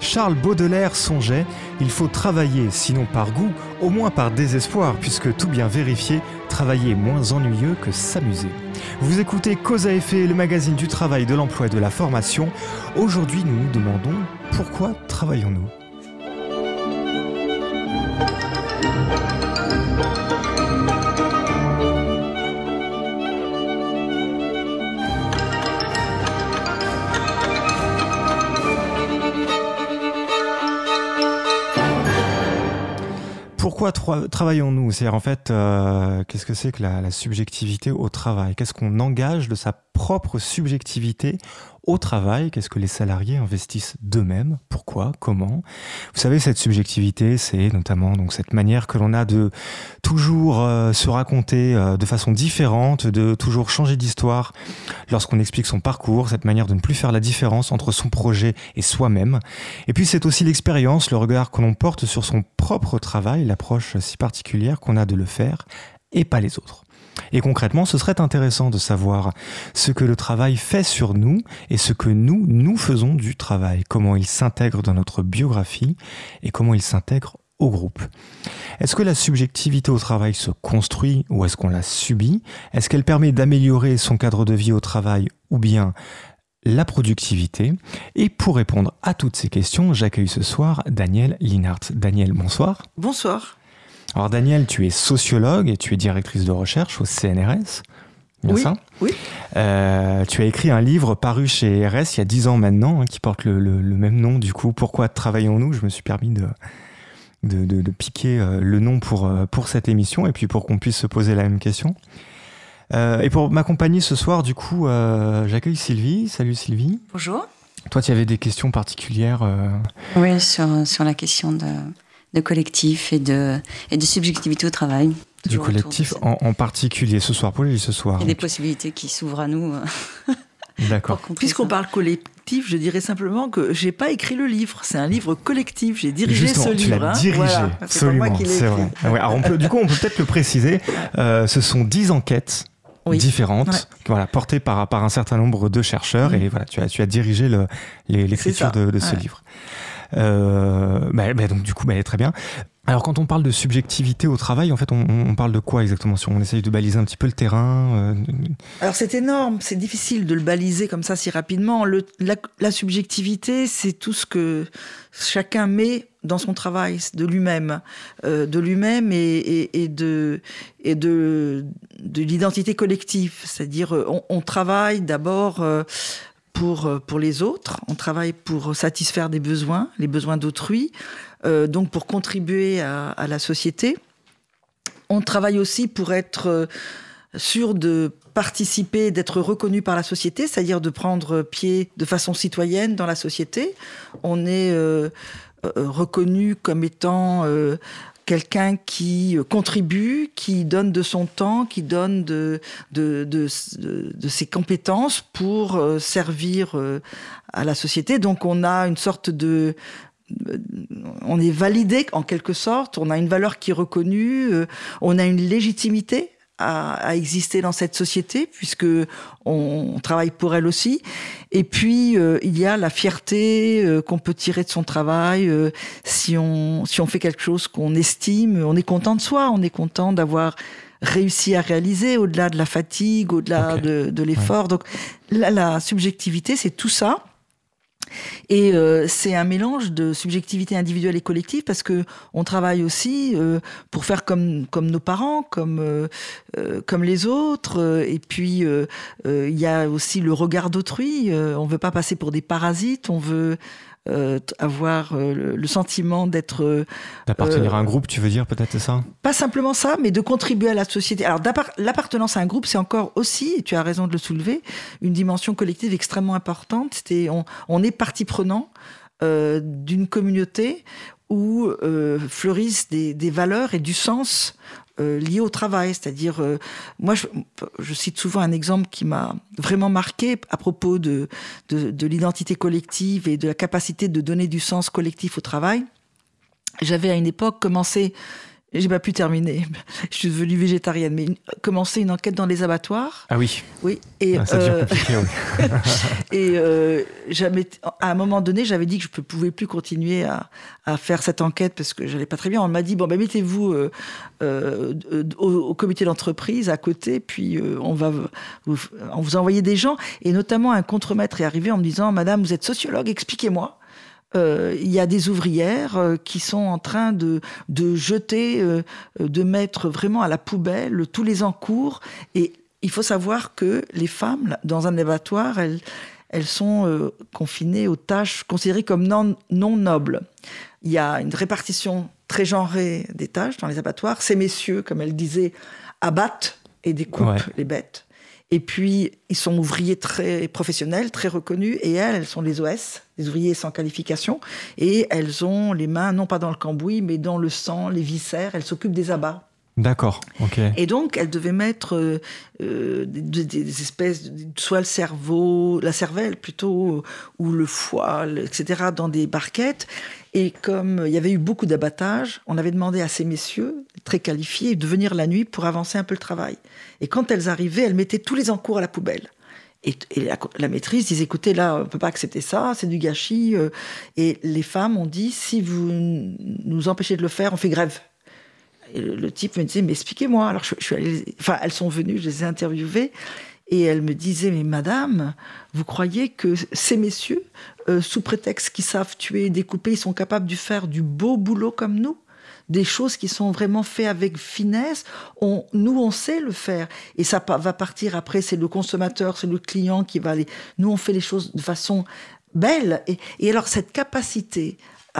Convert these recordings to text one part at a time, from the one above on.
Charles Baudelaire songeait « Il faut travailler, sinon par goût, au moins par désespoir, puisque tout bien vérifié, travailler est moins ennuyeux que s'amuser. » Vous écoutez Cause à effet, le magazine du travail, de l'emploi et de la formation. Aujourd'hui, nous nous demandons pourquoi travaillons-nous ? Pourquoi travaillons-nous ? C'est-à-dire, en fait, qu'est-ce que c'est que la subjectivité au travail ? Qu'est-ce qu'on engage de sa propre subjectivité au travail ? Qu'est-ce que les salariés investissent d'eux-mêmes ? Pourquoi ? Comment ? Vous savez, cette subjectivité, c'est notamment donc cette manière que l'on a de toujours se raconter de façon différente, de toujours changer d'histoire lorsqu'on explique son parcours, cette manière de ne plus faire la différence entre son projet et soi-même. Et puis, c'est aussi l'expérience, le regard que l'on porte sur son propre travail, l'approche si particulière qu'on a de le faire et pas les autres. Et concrètement, ce serait intéressant de savoir ce que le travail fait sur nous et ce que nous faisons du travail, comment il s'intègre dans notre biographie et comment il s'intègre au groupe. Est-ce que la subjectivité au travail se construit ou est-ce qu'on la subit ? Est-ce qu'elle permet d'améliorer son cadre de vie au travail ou bien la productivité ? Et pour répondre à toutes ces questions, j'accueille ce soir Danielle Linhart. Danielle, bonsoir. Bonsoir. Alors Danielle, tu es sociologue et tu es directrice de recherche au CNRS. Bien oui, ça ? Oui. Tu as écrit un livre paru chez RS il y a 10 ans maintenant, qui porte le même nom du coup. Pourquoi travaillons-nous ? Je me suis permis de piquer le nom pour cette émission et puis pour qu'on puisse se poser la même question. Et pour m'accompagner ce soir, du coup, j'accueille Sylvie. Salut Sylvie. Bonjour. Toi, tu avais des questions particulières Oui, sur la question de collectif et de subjectivité au travail. Du collectif en particulier ce soir. Pour lui, ce soir. Il y a des possibilités qui s'ouvrent à nous. D'accord. Puisqu'on parle collectif, je dirais simplement que j'ai pas écrit le livre. C'est un livre collectif. J'ai dirigé Justement, ce livre. Tu l'as dirigé, voilà. absolument. C'est pas moi qui l'ai écrit. Vrai. Ouais, alors on peut peut-être le préciser. Ce sont 10 enquêtes. Oui. Différentes, voilà, portées par un certain nombre de chercheurs, et voilà, tu as dirigé l'écriture de ce livre. Donc du coup, très bien. Alors quand on parle de subjectivité au travail, en fait, on parle de quoi exactement ? Si on essaye de baliser un petit peu le terrain Alors c'est énorme, c'est difficile de le baliser comme ça si rapidement. La subjectivité, c'est tout ce que chacun met dans son travail, de lui-même et de l'identité collective. C'est-à-dire, on travaille d'abord pour les autres, on travaille pour satisfaire des besoins, les besoins d'autrui, donc pour contribuer à la société. On travaille aussi pour être sûr de participer, d'être reconnu par la société, c'est-à-dire de prendre pied de façon citoyenne dans la société. On est reconnu comme étant quelqu'un qui contribue, qui donne de son temps, qui donne de ses compétences pour servir à la société. Donc on a une sorte on est validé en quelque sorte, on a une valeur qui est reconnue, on a une légitimité à exister dans cette société, puisque on travaille pour elle aussi. Et puis, il y a la fierté qu'on peut tirer de son travail. Si on fait quelque chose qu'on estime, on est content de soi, on est content d'avoir réussi à réaliser, au-delà de la fatigue, au-delà de l'effort. Ouais. Donc, la subjectivité, c'est tout ça. Et c'est un mélange de subjectivité individuelle et collective, parce que on travaille aussi pour faire comme nos parents, comme les autres. Et puis il y a aussi le regard d'autrui. On veut pas passer pour des parasites. On veut avoir le sentiment d'appartenir à un groupe, tu veux dire, peut-être, c'est ça ? Pas simplement ça, mais de contribuer à la société. Alors, l'appartenance à un groupe, c'est encore aussi, et tu as raison de le soulever, une dimension collective extrêmement importante. On est partie prenante d'une communauté où fleurissent des valeurs et du sens liés au travail. C'est-à-dire, moi, je cite souvent un exemple qui m'a vraiment marqué à propos de l'identité collective et de la capacité de donner du sens collectif au travail. J'avais à une époque commencé J'ai pas pu terminer. Je suis devenue végétarienne. Mais commencer une enquête dans les abattoirs. Ah oui. Oui. Et, ça devient compliqué, oui. Et à un moment donné, j'avais dit que je ne pouvais plus continuer à faire cette enquête parce que j'allais pas très bien. On m'a dit, mettez-vous au comité d'entreprise à côté, puis on va vous envoyer des gens. Et notamment, un contremaître est arrivé en me disant, Madame, vous êtes sociologue, expliquez-moi. Il y a des ouvrières qui sont en train de jeter, de mettre vraiment à la poubelle tous les encours. Et il faut savoir que les femmes, dans un abattoir, elles sont confinées aux tâches considérées comme non nobles. Il y a une répartition très genrée des tâches dans les abattoirs. Ces messieurs, comme elle disait, abattent et découpent les bêtes. Et puis, ils sont ouvriers très professionnels, très reconnus. Et elles sont les OS, les ouvriers sans qualification. Et elles ont les mains, non pas dans le cambouis, mais dans le sang, les viscères. Elles s'occupent des abats. D'accord, ok. Et donc, elles devaient mettre des espèces, soit le cerveau, la cervelle plutôt, ou le foie, etc., dans des barquettes. Et comme il y avait eu beaucoup d'abattage, on avait demandé à ces messieurs, très qualifiés, de venir la nuit pour avancer un peu le travail. Et quand elles arrivaient, elles mettaient tous les encours à la poubelle. Et la maîtrise disait, écoutez, là, on ne peut pas accepter ça, c'est du gâchis. Et les femmes ont dit, si vous nous empêchez de le faire, on fait grève. Et le type me disait, mais expliquez-moi. Alors, je suis allée, elles sont venues, je les ai interviewées, et elles me disaient, mais madame, vous croyez que ces messieurs, sous prétexte qu'ils savent tuer, découper, ils sont capables de faire du beau boulot comme nous ? Des choses qui sont vraiment faites avec finesse. Nous, on sait le faire. Et ça va partir après, c'est le consommateur, c'est le client qui va aller... Nous, on fait les choses de façon belle. Et alors, cette capacité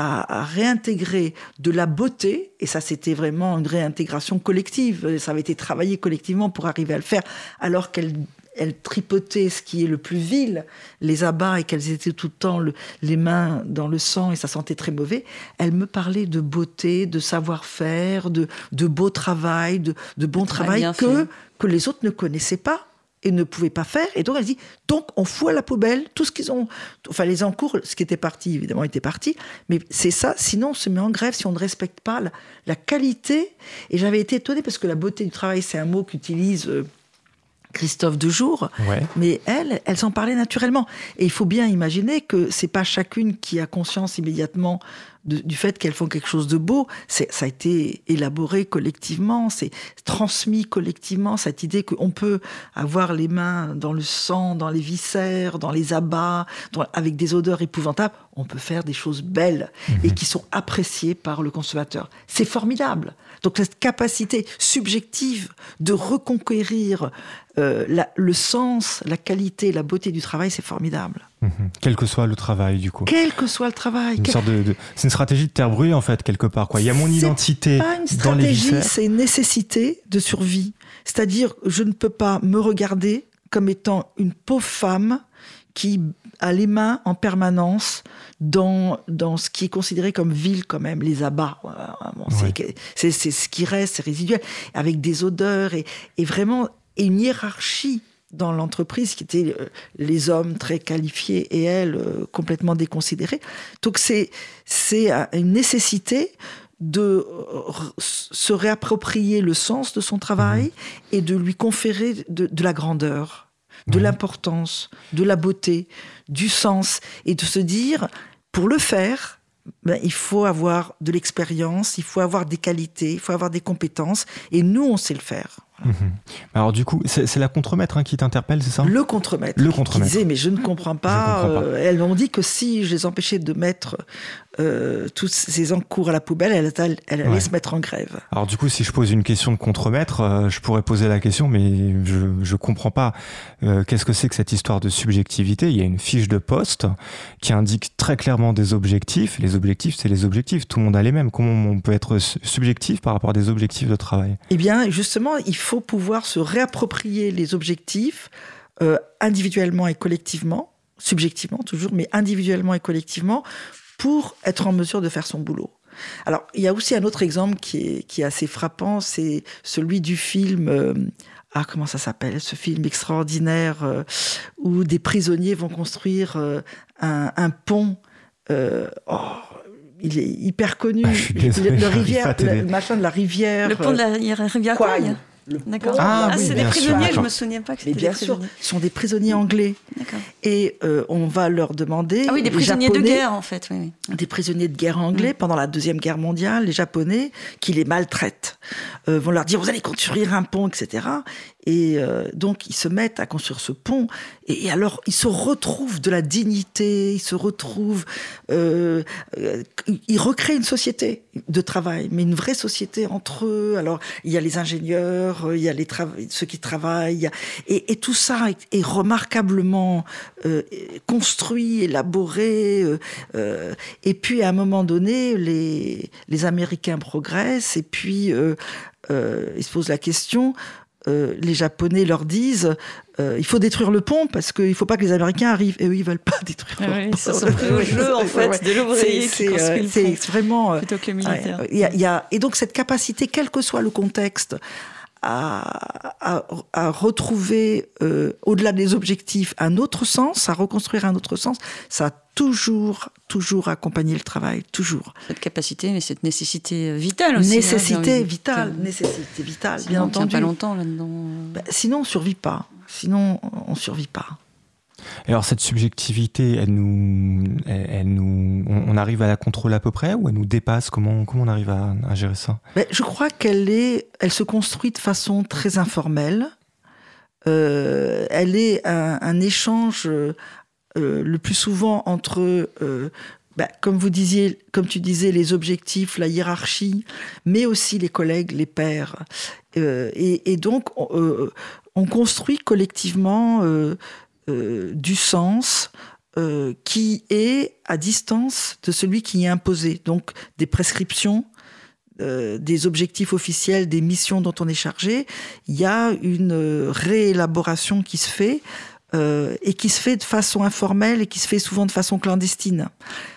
à réintégrer de la beauté, et ça c'était vraiment une réintégration collective, ça avait été travaillé collectivement pour arriver à le faire, alors qu'elle tripotait ce qui est le plus vil, les abats, et qu'elles étaient tout le temps les mains dans le sang et ça sentait très mauvais, elle me parlait de beauté, de savoir-faire, de beau travail, de bon travail que les autres ne connaissaient pas et ne pouvaient pas faire. Et donc, elle dit, donc, on fout à la poubelle tout ce qu'ils ont... Enfin, les encours, ce qui était parti, évidemment, était parti. Mais c'est ça. Sinon, on se met en grève si on ne respecte pas la qualité. Et j'avais été étonnée parce que la beauté du travail, c'est un mot qu'utilise Christophe Dejour. Ouais. Mais elles en parlaient naturellement. Et il faut bien imaginer que c'est pas chacune qui a conscience immédiatement du fait qu'elles font quelque chose de beau. Ça a été élaboré collectivement, c'est transmis collectivement, cette idée qu'on peut avoir les mains dans le sang, dans les viscères, dans les abats, avec des odeurs épouvantables. On peut faire des choses belles et qui sont appréciées par le consommateur. C'est formidable. Donc cette capacité subjective de reconquérir le sens, la qualité, la beauté du travail, c'est formidable. Quel que soit le travail, du coup. Quel que soit le travail. C'est une stratégie de terre brûlée, en fait, quelque part, quoi. Il y a mon identité dans les viscères. C'est une nécessité de survie. C'est-à-dire, je ne peux pas me regarder comme étant une pauvre femme qui a les mains en permanence dans ce qui est considéré comme vil, quand même, les abats. C'est ce qui reste, c'est résiduel, avec des odeurs et vraiment une hiérarchie dans l'entreprise qui était les hommes très qualifiés et elles complètement déconsidérées. Donc c'est une nécessité de se réapproprier le sens de son travail et de lui conférer de la grandeur, de l'importance, de la beauté, du sens, et de se dire, pour le faire, il faut avoir de l'expérience, il faut avoir des qualités, il faut avoir des compétences, et nous, on sait le faire. Voilà. Alors du coup, c'est la contremaître qui t'interpelle, c'est ça ? Le contremaître. Qui disait, mais je ne comprends pas. Elles m'ont dit que si je les empêchais de mettre tous ces encours à la poubelle, elle allait se mettre en grève. Alors du coup, si je pose une question de contremaître, je pourrais poser la question, mais je comprends pas. Qu'est-ce que c'est que cette histoire de subjectivité ? Il y a une fiche de poste qui indique très clairement des objectifs. Les objectifs, c'est les objectifs. Tout le monde a les mêmes. Comment on peut être subjectif par rapport à des objectifs de travail ? Eh bien, justement, il faut pouvoir se réapproprier les objectifs individuellement et collectivement, subjectivement toujours, mais individuellement et collectivement, pour être en mesure de faire son boulot. Alors, il y a aussi un autre exemple qui est assez frappant, c'est celui du film... comment ça s'appelle, ce film extraordinaire où des prisonniers vont construire un pont il est hyper connu. Je suis désolé, le machin de la rivière. Le pont de la rivière Kwai. D'accord. C'est des prisonniers, je me souviens pas que c'était des prisonniers. Bien sûr, ce sont des prisonniers anglais. D'accord. Et on va leur demander... Ah oui, des prisonniers de guerre, en fait. Oui. Des prisonniers de guerre anglais pendant la Deuxième Guerre mondiale, les Japonais, qui les maltraitent, vont leur dire « vous allez construire un pont », etc. Et donc, ils se mettent à construire ce pont. Et alors, ils se retrouvent de la dignité, ils se retrouvent... ils recréent une société de travail, mais une vraie société entre eux. Alors, il y a les ingénieurs, il y a ceux qui travaillent. Et tout ça est remarquablement construit, élaboré. Et puis, à un moment donné, les Américains progressent. Et puis, ils se posent la question... les Japonais leur disent il faut détruire le pont parce qu'il ne faut pas que les Américains arrivent. Et eux, ils ne veulent pas détruire le pont. Ils se sont pris au jeu, en fait, de l'ouvrier qui construit le pont. C'est vraiment... plutôt que le militaire. Et donc, cette capacité, quel que soit le contexte, à retrouver, au-delà des objectifs, un autre sens, à reconstruire un autre sens, ça a toujours accompagné le travail, toujours. Cette capacité, mais cette nécessité vitale aussi. Nécessité vitale, sinon, bien on entendu. Tient pas longtemps là-dedans. Sinon, on ne survit pas. On survit pas. Et alors cette subjectivité, on arrive à la contrôler à peu près ou elle nous dépasse? Comment on arrive à gérer ça? Je crois qu'elle se construit de façon très informelle. Elle est un échange le plus souvent entre, comme tu disais, les objectifs, la hiérarchie, mais aussi les collègues, les pairs. Et donc, on construit collectivement du sens qui est à distance de celui qui est imposé. Donc, des prescriptions, des objectifs officiels, des missions dont on est chargé. Il y a une réélaboration qui se fait et qui se fait de façon informelle et qui se fait souvent de façon clandestine.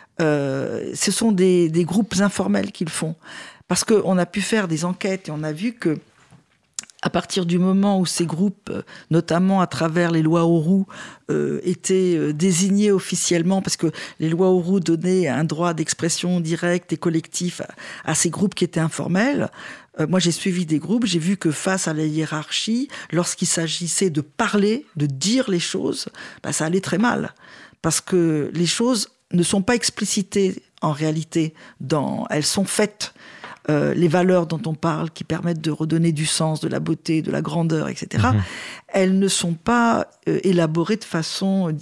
Ce sont des groupes informels qui le font. Parce qu'on a pu faire des enquêtes et on a vu que à partir du moment où ces groupes, notamment à travers les lois Auroux, étaient désignés officiellement, parce que les lois Auroux donnaient un droit d'expression direct et collectif à ces groupes qui étaient informels. Moi, j'ai suivi des groupes, j'ai vu que face à la hiérarchie, lorsqu'il s'agissait de parler, de dire les choses, ça allait très mal. Parce que les choses ne sont pas explicitées en réalité, elles sont faites. Les valeurs dont on parle, qui permettent de redonner du sens, de la beauté, de la grandeur, etc., elles ne sont pas élaborées de façon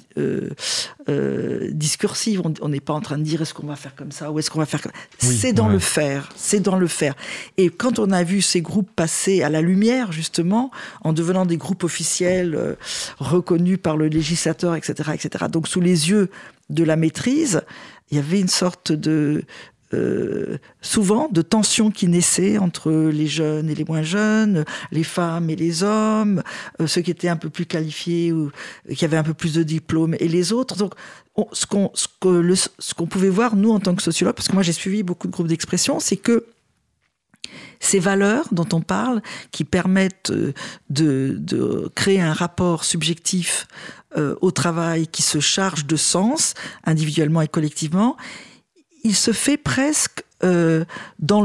discursive. On n'est pas en train de dire est-ce qu'on va faire comme ça ou est-ce qu'on va faire comme ça. C'est dans le faire. C'est dans le faire. Et quand on a vu ces groupes passer à la lumière, justement, en devenant des groupes officiels reconnus par le législateur, etc., etc., donc sous les yeux de la maîtrise, il y avait une sorte de... souvent de tensions qui naissaient entre les jeunes et les moins jeunes, les femmes et les hommes, ceux qui étaient un peu plus qualifiés ou qui avaient un peu plus de diplômes et les autres. Donc, ce qu'on pouvait voir, nous, en tant que sociologues, parce que moi, j'ai suivi beaucoup de groupes d'expression, c'est que ces valeurs dont on parle, qui permettent de créer un rapport subjectif au travail qui se charge de sens, individuellement et collectivement, il se fait presque dans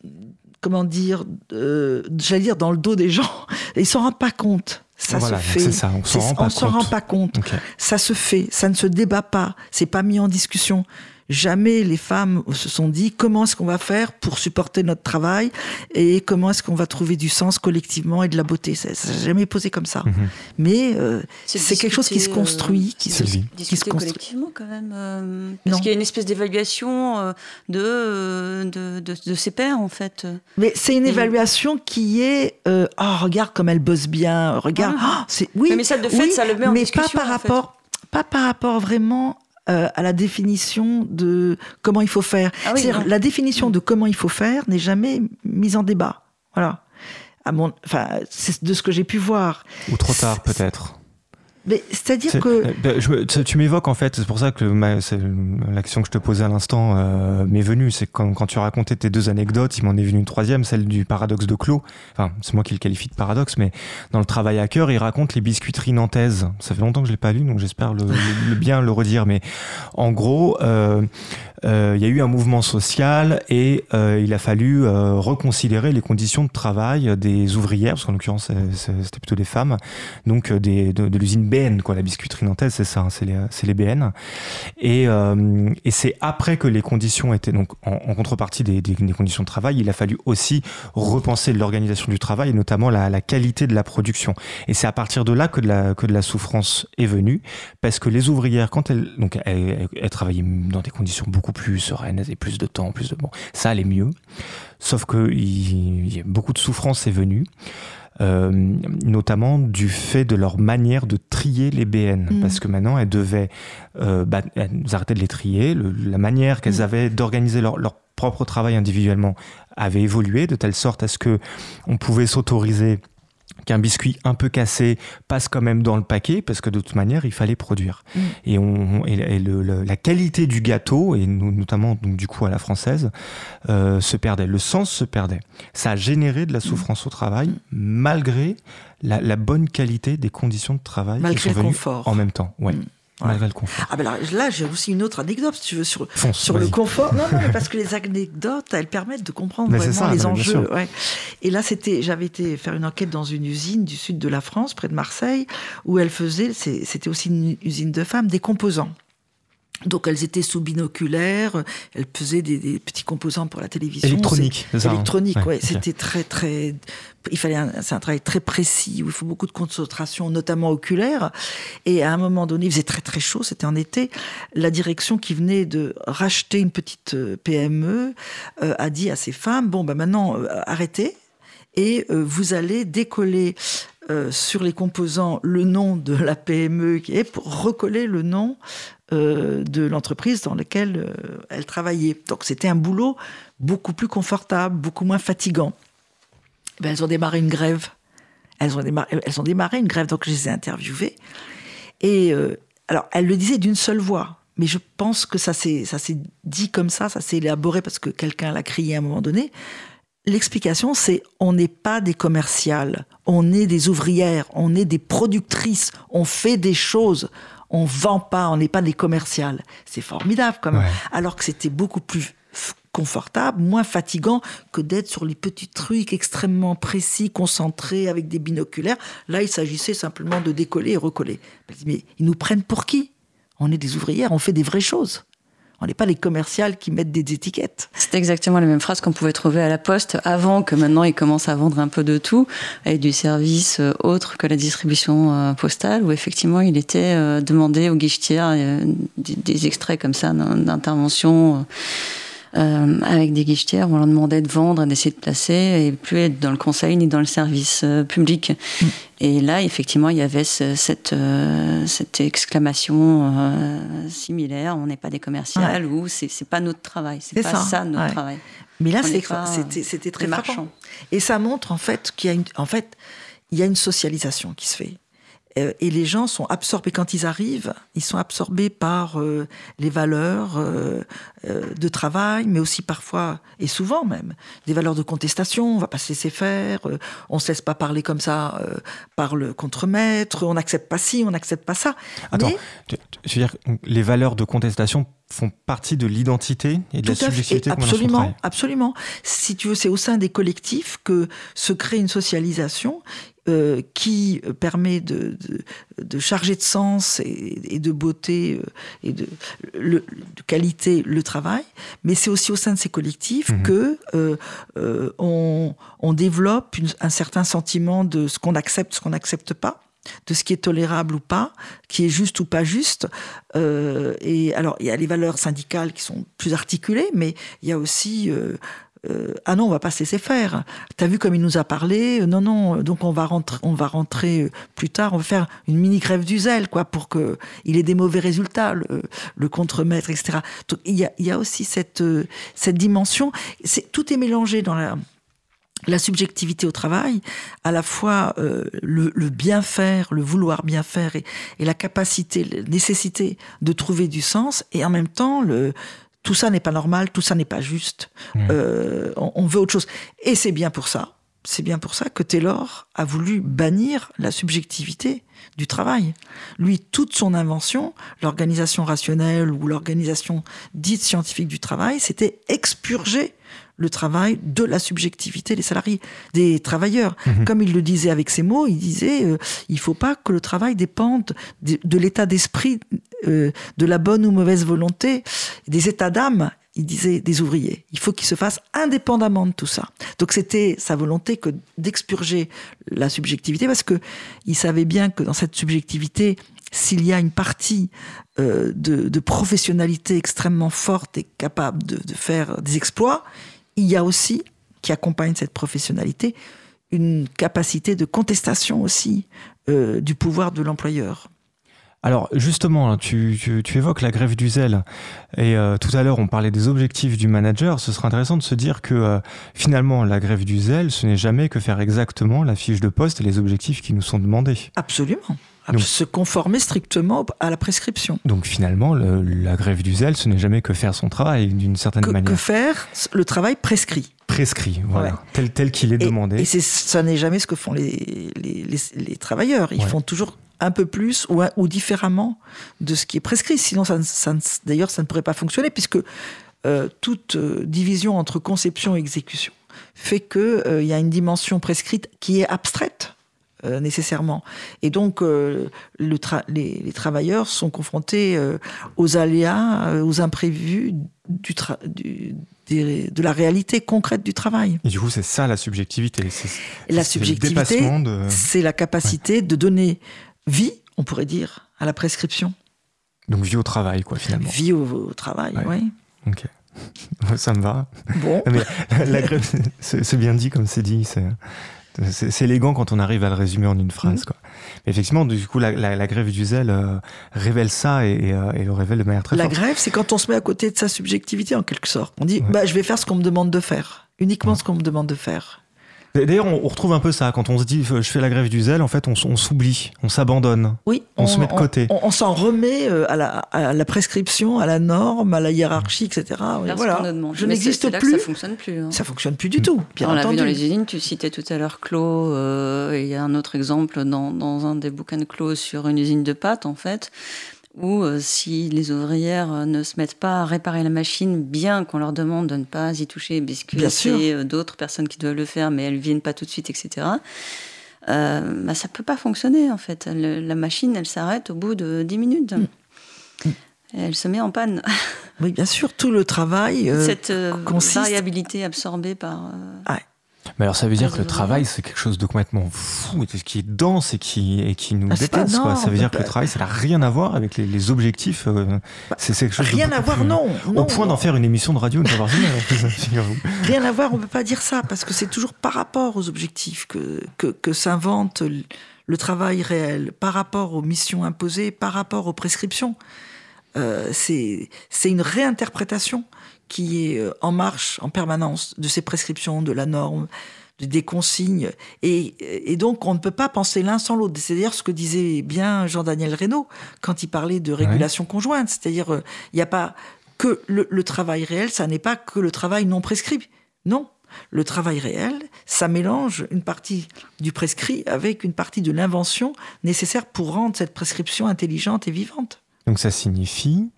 le dos des gens. Et ils s'en rendent pas compte. Ça se fait. C'est ça, on s'en rend pas compte. Okay. Ça se fait, ça ne se débat pas, c'est pas mis en discussion. Jamais les femmes se sont dit comment est-ce qu'on va faire pour supporter notre travail et comment est-ce qu'on va trouver du sens collectivement et de la beauté. Ça n'a jamais posé comme ça. Mais c'est quelque chose qui se construit, qui se construit collectivement quand même. Parce qu'il y a une espèce d'évaluation de ses pairs en fait. Mais c'est une évaluation qui est regarde comme elle bosse bien, regarde. Mais ça de fait ça le met en discussion. Pas par rapport vraiment à la définition de comment il faut faire. C'est-à-dire, la définition de comment il faut faire n'est jamais mise en débat. Voilà. C'est de ce que j'ai pu voir. Ou trop tard, peut-être. Mais c'est-à-dire que... Tu m'évoques, en fait, c'est pour ça que la question que je te posais à l'instant m'est venue. C'est quand tu racontais tes 2 anecdotes, il m'en est venu une troisième, celle du paradoxe de Clos. Enfin, c'est moi qui le qualifie de paradoxe, mais dans le travail à cœur, il raconte les biscuiteries nantaises. Ça fait longtemps que je ne l'ai pas lu, donc j'espère bien le redire. Mais en gros, il y a eu un mouvement social et il a fallu reconsidérer les conditions de travail des ouvrières, parce qu'en l'occurrence, c'était plutôt des femmes, donc de l'usine BN, quoi. La biscuiterie nantaise, c'est ça, hein, c'est les BN. Et c'est après que les conditions étaient, donc en contrepartie des conditions de travail, il a fallu aussi repenser l'organisation du travail, et notamment la qualité de la production. Et c'est à partir de là que de la souffrance est venue, parce que les ouvrières, quand elles travaillaient dans des conditions beaucoup plus sereines, elles avaient plus de temps, ça allait mieux. Sauf que beaucoup de souffrance est venue. Notamment du fait de leur manière de trier les BN, parce que maintenant elles devaient elles arrêtaient de les trier, la manière qu'elles avaient d'organiser leur propre travail individuellement avait évolué de telle sorte à ce que on pouvait s'autoriser qu'un biscuit un peu cassé passe quand même dans le paquet, parce que de toute manière il fallait produire. Et la qualité du gâteau, et notamment donc, du coup à la française, se perdait, le sens se perdait. Ça a généré de la souffrance au travail, malgré la bonne qualité des conditions de travail malgré qui sont venues confort. En même temps. Ouais. Malgré le confort. Ah ben là, j'ai aussi une autre anecdote, si tu veux, sur vas-y. le confort. Non, mais parce que les anecdotes, elles permettent de comprendre vraiment les enjeux. Ouais. Et là, j'avais été faire une enquête dans une usine du sud de la France, près de Marseille, où c'était aussi une usine de femmes, des composants. Donc elles étaient sous binoculaire, elles faisaient des petits composants pour la télévision. Électronique, c'est ça. Électronique, ouais. Okay. C'était très. C'est un travail très précis où il faut beaucoup de concentration, notamment oculaire. Et à un moment donné, il faisait très très chaud, c'était en été. La direction qui venait de racheter une petite PME a dit à ces femmes maintenant arrêtez et vous allez décoller sur les composants le nom de la PME qui est pour recoller le nom de l'entreprise dans laquelle elle travaillait. Donc c'était un boulot beaucoup plus confortable, beaucoup moins fatigant. Elles ont démarré une grève. Elles ont démarré une grève, donc je les ai interviewées. Et alors, elles le disaient d'une seule voix, mais je pense que ça s'est dit comme ça s'est élaboré parce que quelqu'un l'a crié à un moment donné. L'explication, c'est on n'est pas des commerciales, on est des ouvrières, on est des productrices, on fait des choses. On vend pas, on n'est pas des commerciales. C'est formidable quand même. Ouais. Alors que c'était beaucoup plus confortable, moins fatigant que d'être sur les petits trucs extrêmement précis, concentrés, avec des binoculaires. Là, il s'agissait simplement de décoller et recoller. Mais ils nous prennent pour qui ? On est des ouvrières, on fait des vraies choses. On n'est pas les commerciales qui mettent des étiquettes. C'est exactement la même phrase qu'on pouvait trouver à la Poste avant que maintenant ils commencent à vendre un peu de tout, avec du service autre que la distribution postale, où effectivement il était demandé aux guichetières des extraits comme ça d'intervention avec des guichetières où on leur demandait de vendre, d'essayer de placer et plus être dans le conseil ni dans le service public. Et là, effectivement, il y avait cette exclamation similaire, on n'est pas des commerciales, ou c'est pas notre travail, c'est pas ça notre travail. Mais là, c'était très frappant. Et ça montre en fait qu'il y a une socialisation qui se fait. Et les gens sont absorbés, quand ils arrivent, ils sont absorbés par les valeurs de travail, mais aussi parfois, et souvent même, des valeurs de contestation. On ne va pas se laisser faire, on ne se laisse pas parler comme ça par le contremaître, on n'accepte pas ci, on n'accepte pas ça. Attends, je veux dire, les valeurs de contestation font partie de l'identité et de la subjectivité. Absolument, absolument. Si tu veux, c'est au sein des collectifs que se crée une socialisation qui permet de charger de sens et de beauté et de qualité le travail, mais c'est aussi au sein de ces collectifs que on développe un certain sentiment de ce qu'on accepte, ce qu'on n'accepte pas, de ce qui est tolérable ou pas, qui est juste ou pas juste. Et alors, il y a les valeurs syndicales qui sont plus articulées, mais il y a aussi ah non, on va pas se laisser faire. T'as vu comme il nous a parlé ? Non, donc on va rentrer plus tard, on va faire une mini grève du zèle, quoi, pour que il ait des mauvais résultats, le contremaître, etc. Donc il y a aussi cette dimension. Tout est mélangé dans la subjectivité au travail, à la fois le bien faire, le vouloir bien faire et la capacité, la nécessité de trouver du sens, et en même temps, tout ça n'est pas normal, tout ça n'est pas juste, on veut autre chose. Et c'est bien pour ça que Taylor a voulu bannir la subjectivité du travail. Lui, toute son invention, l'organisation rationnelle ou l'organisation dite scientifique du travail, c'était expurger le travail de la subjectivité des salariés, des travailleurs. Comme il le disait avec ses mots, il disait il faut pas que le travail dépende de l'état d'esprit, de la bonne ou mauvaise volonté, des états d'âme, il disait, des ouvriers. Il faut qu'ils se fassent indépendamment de tout ça. Donc c'était sa volonté que d'expurger la subjectivité, parce que il savait bien que dans cette subjectivité, s'il y a une partie de professionnalité extrêmement forte et capable de faire des exploits, il y a aussi, qui accompagne cette professionnalité, une capacité de contestation aussi du pouvoir de l'employeur. Alors justement, tu évoques la grève du zèle, et tout à l'heure on parlait des objectifs du manager. Ce serait intéressant de se dire que finalement la grève du zèle, ce n'est jamais que faire exactement la fiche de poste et les objectifs qui nous sont demandés. Absolument. Donc, se conformer strictement à la prescription. Donc finalement, la grève du zèle, ce n'est jamais que faire son travail d'une certaine manière. Que faire le travail prescrit. Prescrit, voilà, tel qu'il est demandé. Et ça n'est jamais ce que font les travailleurs. Ils font toujours un peu plus ou différemment de ce qui est prescrit. Sinon, d'ailleurs, ça ne pourrait pas fonctionner, puisque toute division entre conception et exécution fait qu'il y a une dimension prescrite qui est abstraite. Nécessairement. Et donc, les travailleurs sont confrontés aux aléas, aux imprévus de la réalité concrète du travail. Et du coup, c'est ça la subjectivité. La subjectivité, c'est la capacité de donner vie, on pourrait dire, à la prescription. Donc vie au travail, quoi, finalement. Vie au travail, oui. Ok. Ça me va. Bon. Mais la grève, c'est bien dit, comme c'est dit, c'est élégant quand on arrive à le résumer en une phrase, quoi. Mais effectivement, du coup, la grève du zèle révèle ça et le révèle de manière très forte. La grève, c'est quand on se met à côté de sa subjectivité, en quelque sorte. On dit, je vais faire ce qu'on me demande de faire. Uniquement ce qu'on me demande de faire. D'ailleurs, on retrouve un peu ça. Quand on se dit, je fais la grève du zèle, en fait, on s'oublie, on s'abandonne. Oui. On se met de côté. On s'en remet à la prescription, à la norme, à la hiérarchie, etc. Voilà. Je n'existe plus. Ça fonctionne plus. Hein. Ça fonctionne plus du tout. Bien on entendu. l'a vu dans les usines. Tu citais tout à l'heure Clos. Il y a un autre exemple dans un des bouquins de Clos sur une usine de pâtes, en fait, où si les ouvrières ne se mettent pas à réparer la machine, bien qu'on leur demande de ne pas y toucher, puisque c'est d'autres personnes qui doivent le faire, mais elles ne viennent pas tout de suite, etc., ça ne peut pas fonctionner, en fait. La machine, elle s'arrête au bout de 10 minutes. Elle se met en panne. Oui, bien sûr, tout le travail cette variabilité absorbée par... Mais alors ça veut dire que le travail, c'est quelque chose de complètement fou, qui est dense et qui nous dépasse, quoi. Ça veut dire que le travail, ça n'a rien à voir avec les objectifs. C'est quelque chose rien à voir, non. Au point d'en faire une émission de radio, Rien à voir, on ne peut pas dire ça, parce que c'est toujours par rapport aux objectifs que s'invente le travail réel, par rapport aux missions imposées, par rapport aux prescriptions. C'est une réinterprétation qui est en marche en permanence de ces prescriptions, de la norme, des consignes. Et donc, on ne peut pas penser l'un sans l'autre. C'est d'ailleurs ce que disait bien Jean-Daniel Reynaud quand il parlait de régulation conjointe. C'est-à-dire, il n'y a pas que le travail réel, ça n'est pas que le travail non prescrit. Non. Le travail réel, ça mélange une partie du prescrit avec une partie de l'invention nécessaire pour rendre cette prescription intelligente et vivante. Donc ça signifie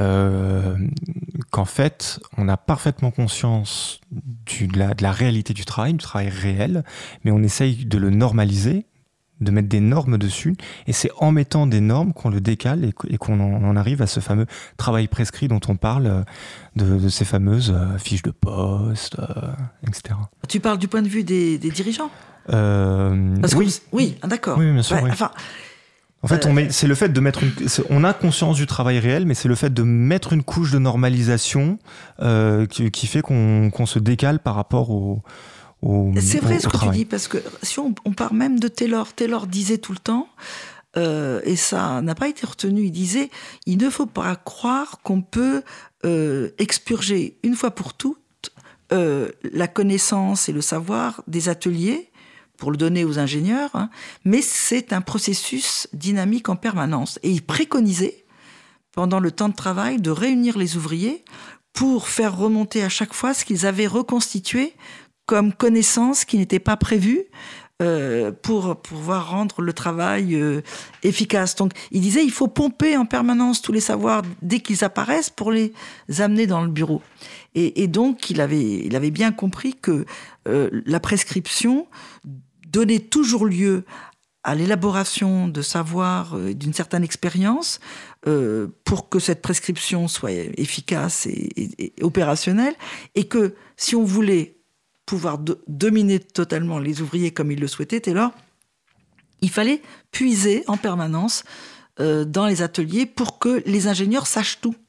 qu'en fait, on a parfaitement conscience de la réalité du travail réel, mais on essaye de le normaliser, de mettre des normes dessus, et c'est en mettant des normes qu'on le décale et qu'on en arrive à ce fameux travail prescrit dont on parle, de ces fameuses fiches de poste, etc. Tu parles du point de vue des dirigeants ? Oui, d'accord. Oui, bien sûr. Oui. Enfin, en fait, c'est le fait de mettre on a conscience du travail réel, mais c'est le fait de mettre une couche de normalisation qui fait qu'on se décale par rapport c'est vrai ce que tu dis, parce que si on part même de Taylor disait tout le temps, et ça n'a pas été retenu, il disait, il ne faut pas croire qu'on peut expurger une fois pour toutes la connaissance et le savoir des ateliers pour le donner aux ingénieurs, hein, mais c'est un processus dynamique en permanence. Et il préconisait, pendant le temps de travail, de réunir les ouvriers pour faire remonter à chaque fois ce qu'ils avaient reconstitué comme connaissance qui n'était pas prévue pour pouvoir rendre le travail efficace. Donc, il disait, il faut pomper en permanence tous les savoirs dès qu'ils apparaissent pour les amener dans le bureau. Et donc, il avait bien compris que la prescription donnait toujours lieu à l'élaboration de savoir, d'une certaine expérience, pour que cette prescription soit efficace et opérationnelle, et que si on voulait pouvoir dominer totalement les ouvriers comme il le souhaitait, Taylor, il fallait puiser en permanence dans les ateliers pour que les ingénieurs sachent tout.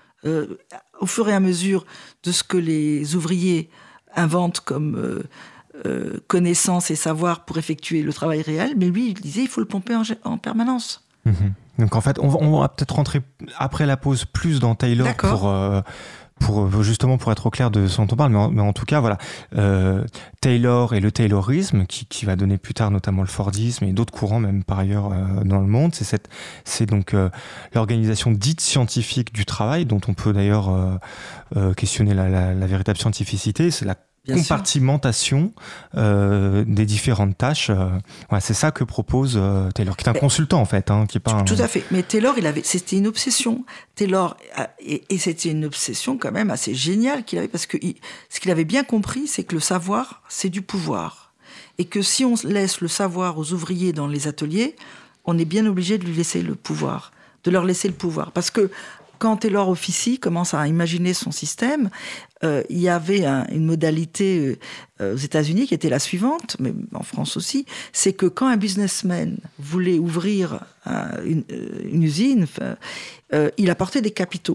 Au fur et à mesure de ce que les ouvriers inventent comme connaissances et savoirs pour effectuer le travail réel, mais lui, il disait, il faut le pomper en permanence. Mmh. Donc en fait, on va peut-être rentrer après la pause plus dans Taylor justement pour être au clair de ce dont on parle, mais en tout cas, voilà, Taylor et le Taylorisme, qui va donner plus tard notamment le Fordisme et d'autres courants même par ailleurs dans le monde, c'est donc l'organisation dite scientifique du travail, dont on peut d'ailleurs questionner la véritable scientificité, c'est la compartimentation des différentes tâches. C'est ça que propose Taylor, qui est un consultant en fait, hein, qui est pas tout à fait. Mais Taylor, c'était une obsession. Taylor, et c'était une obsession quand même assez géniale qu'il avait, parce que ce qu'il avait bien compris, c'est que le savoir, c'est du pouvoir, et que si on laisse le savoir aux ouvriers dans les ateliers, on est bien obligé de leur laisser le pouvoir, parce que quand Taylor officie, commence à imaginer son système, il y avait une modalité aux États-Unis qui était la suivante, mais en France aussi, c'est que quand un businessman voulait ouvrir une usine, il apportait des capitaux.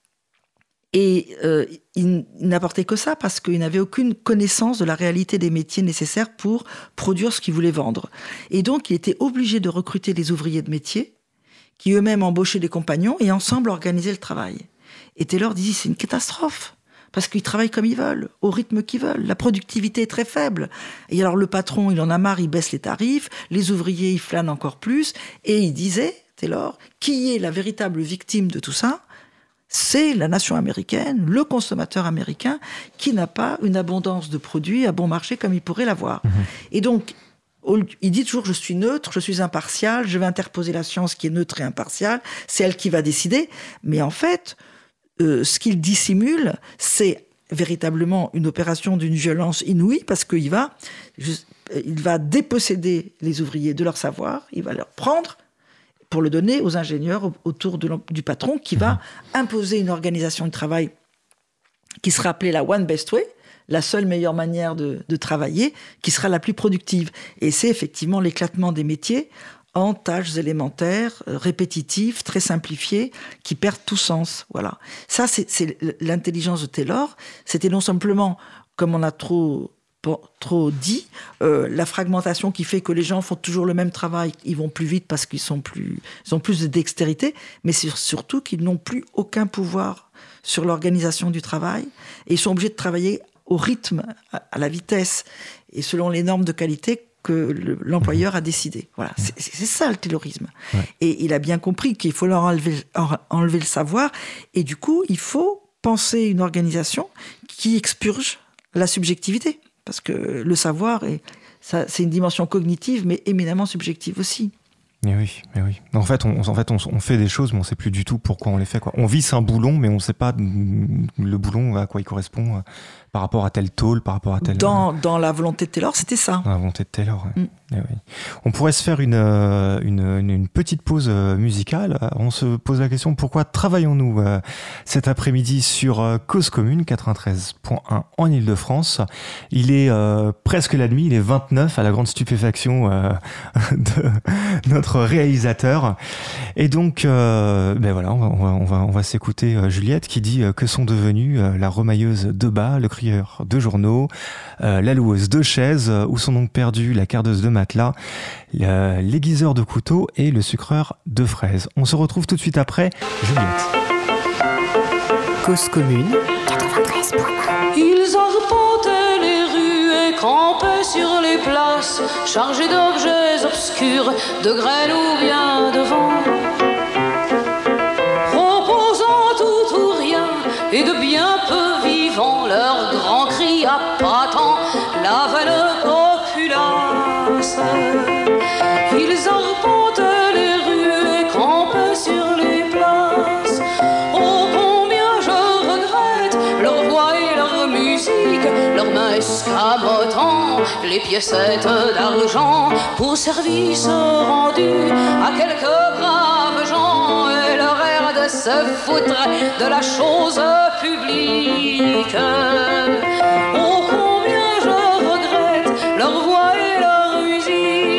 Et il n'apportait que ça parce qu'il n'avait aucune connaissance de la réalité des métiers nécessaires pour produire ce qu'il voulait vendre. Et donc, il était obligé de recruter des ouvriers de métier qui eux-mêmes embauchaient des compagnons et ensemble organisaient le travail. Et Taylor dit, c'est une catastrophe, parce qu'ils travaillent comme ils veulent, au rythme qu'ils veulent. La productivité est très faible. Et alors le patron, il en a marre, il baisse les tarifs, les ouvriers, ils flânent encore plus. Et il disait, Taylor, qui est la véritable victime de tout ça ? C'est la nation américaine, le consommateur américain, qui n'a pas une abondance de produits à bon marché comme il pourrait l'avoir. Mmh. Et donc, il dit toujours, je suis neutre, je suis impartial, je vais interposer la science qui est neutre et impartiale, c'est elle qui va décider. Mais en fait, ce qu'il dissimule, c'est véritablement une opération d'une violence inouïe, parce qu'il va déposséder les ouvriers de leur savoir, il va leur prendre pour le donner aux ingénieurs autour du patron, qui va imposer une organisation de travail qui sera appelée la One Best Way, la seule meilleure manière de travailler, qui sera la plus productive. Et c'est effectivement l'éclatement des métiers en tâches élémentaires, répétitives, très simplifiées, qui perdent tout sens. Voilà. Ça, c'est l'intelligence de Taylor. C'était non simplement, comme on a trop dit, la fragmentation qui fait que les gens font toujours le même travail, ils vont plus vite parce qu'ils ont plus de dextérité, mais c'est surtout qu'ils n'ont plus aucun pouvoir sur l'organisation du travail, et ils sont obligés de travailler au rythme, à la vitesse, et selon les normes de qualité que l'employeur a décidé. Voilà, c'est ça le taylorisme. Ouais. Et il a bien compris qu'il faut leur enlever le savoir, et du coup, il faut penser une organisation qui expurge la subjectivité, parce que le savoir, c'est une dimension cognitive, mais éminemment subjective aussi. Mais oui. En fait, on fait des choses, mais on ne sait plus du tout pourquoi on les fait, quoi. On visse un boulon, mais on ne sait pas le boulon à quoi il correspond par rapport à tel tôle, par rapport à tel... Dans la volonté de Taylor, c'était ça. Dans la volonté de Taylor, oui. Oui. On pourrait se faire une petite pause musicale. On se pose la question, pourquoi travaillons-nous cet après-midi sur Cause Commune 93.1 en Ile-de-France. Il est presque la nuit, il est 29, à la grande stupéfaction de notre réalisateur. Et donc, voilà, on va s'écouter Juliette qui dit que sont devenus la remailleuse de bas, le crieur de journaux, la loueuse de chaises, où sont donc perdus la cardeuse de matelas, l'aiguiseur de couteaux et le sucreur de fraises. On se retrouve tout de suite après Juliette. Cause Commune 93.1. Ils ont campaient sur les places, chargés d'objets obscurs, de graines ou bien de vent, proposant tout ou rien et de bien peu vivants. Leurs grands cris appâtant la vaine populace. Ils arpentaient les rues et campaient sur les places. Oh, combien je regrette leur voix et leur musique, leurs mains escamotant les piécettes d'argent pour service rendu à quelques braves gens, et leur air de se foutre de la chose publique. Oh, combien je regrette leur voix et leur musique.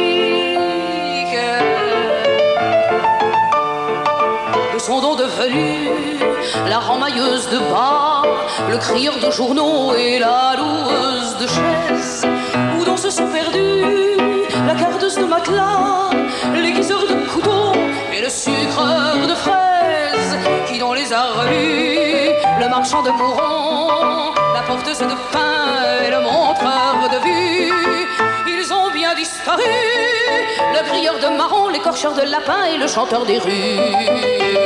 Que sont donc devenus la ramailleuse de bas, le crieur de journaux et la loueuse de chaises? Où donc se sont perdus la cardeuse de matelas, l'aiguiseur de couteaux et le sucreur de fraises? Qui donc les a revus, le marchand de bourrons, la porteuse de pain et le montreur de vue? Ils ont bien disparu, le crieur de marron, l'écorcheur de lapin et le chanteur des rues.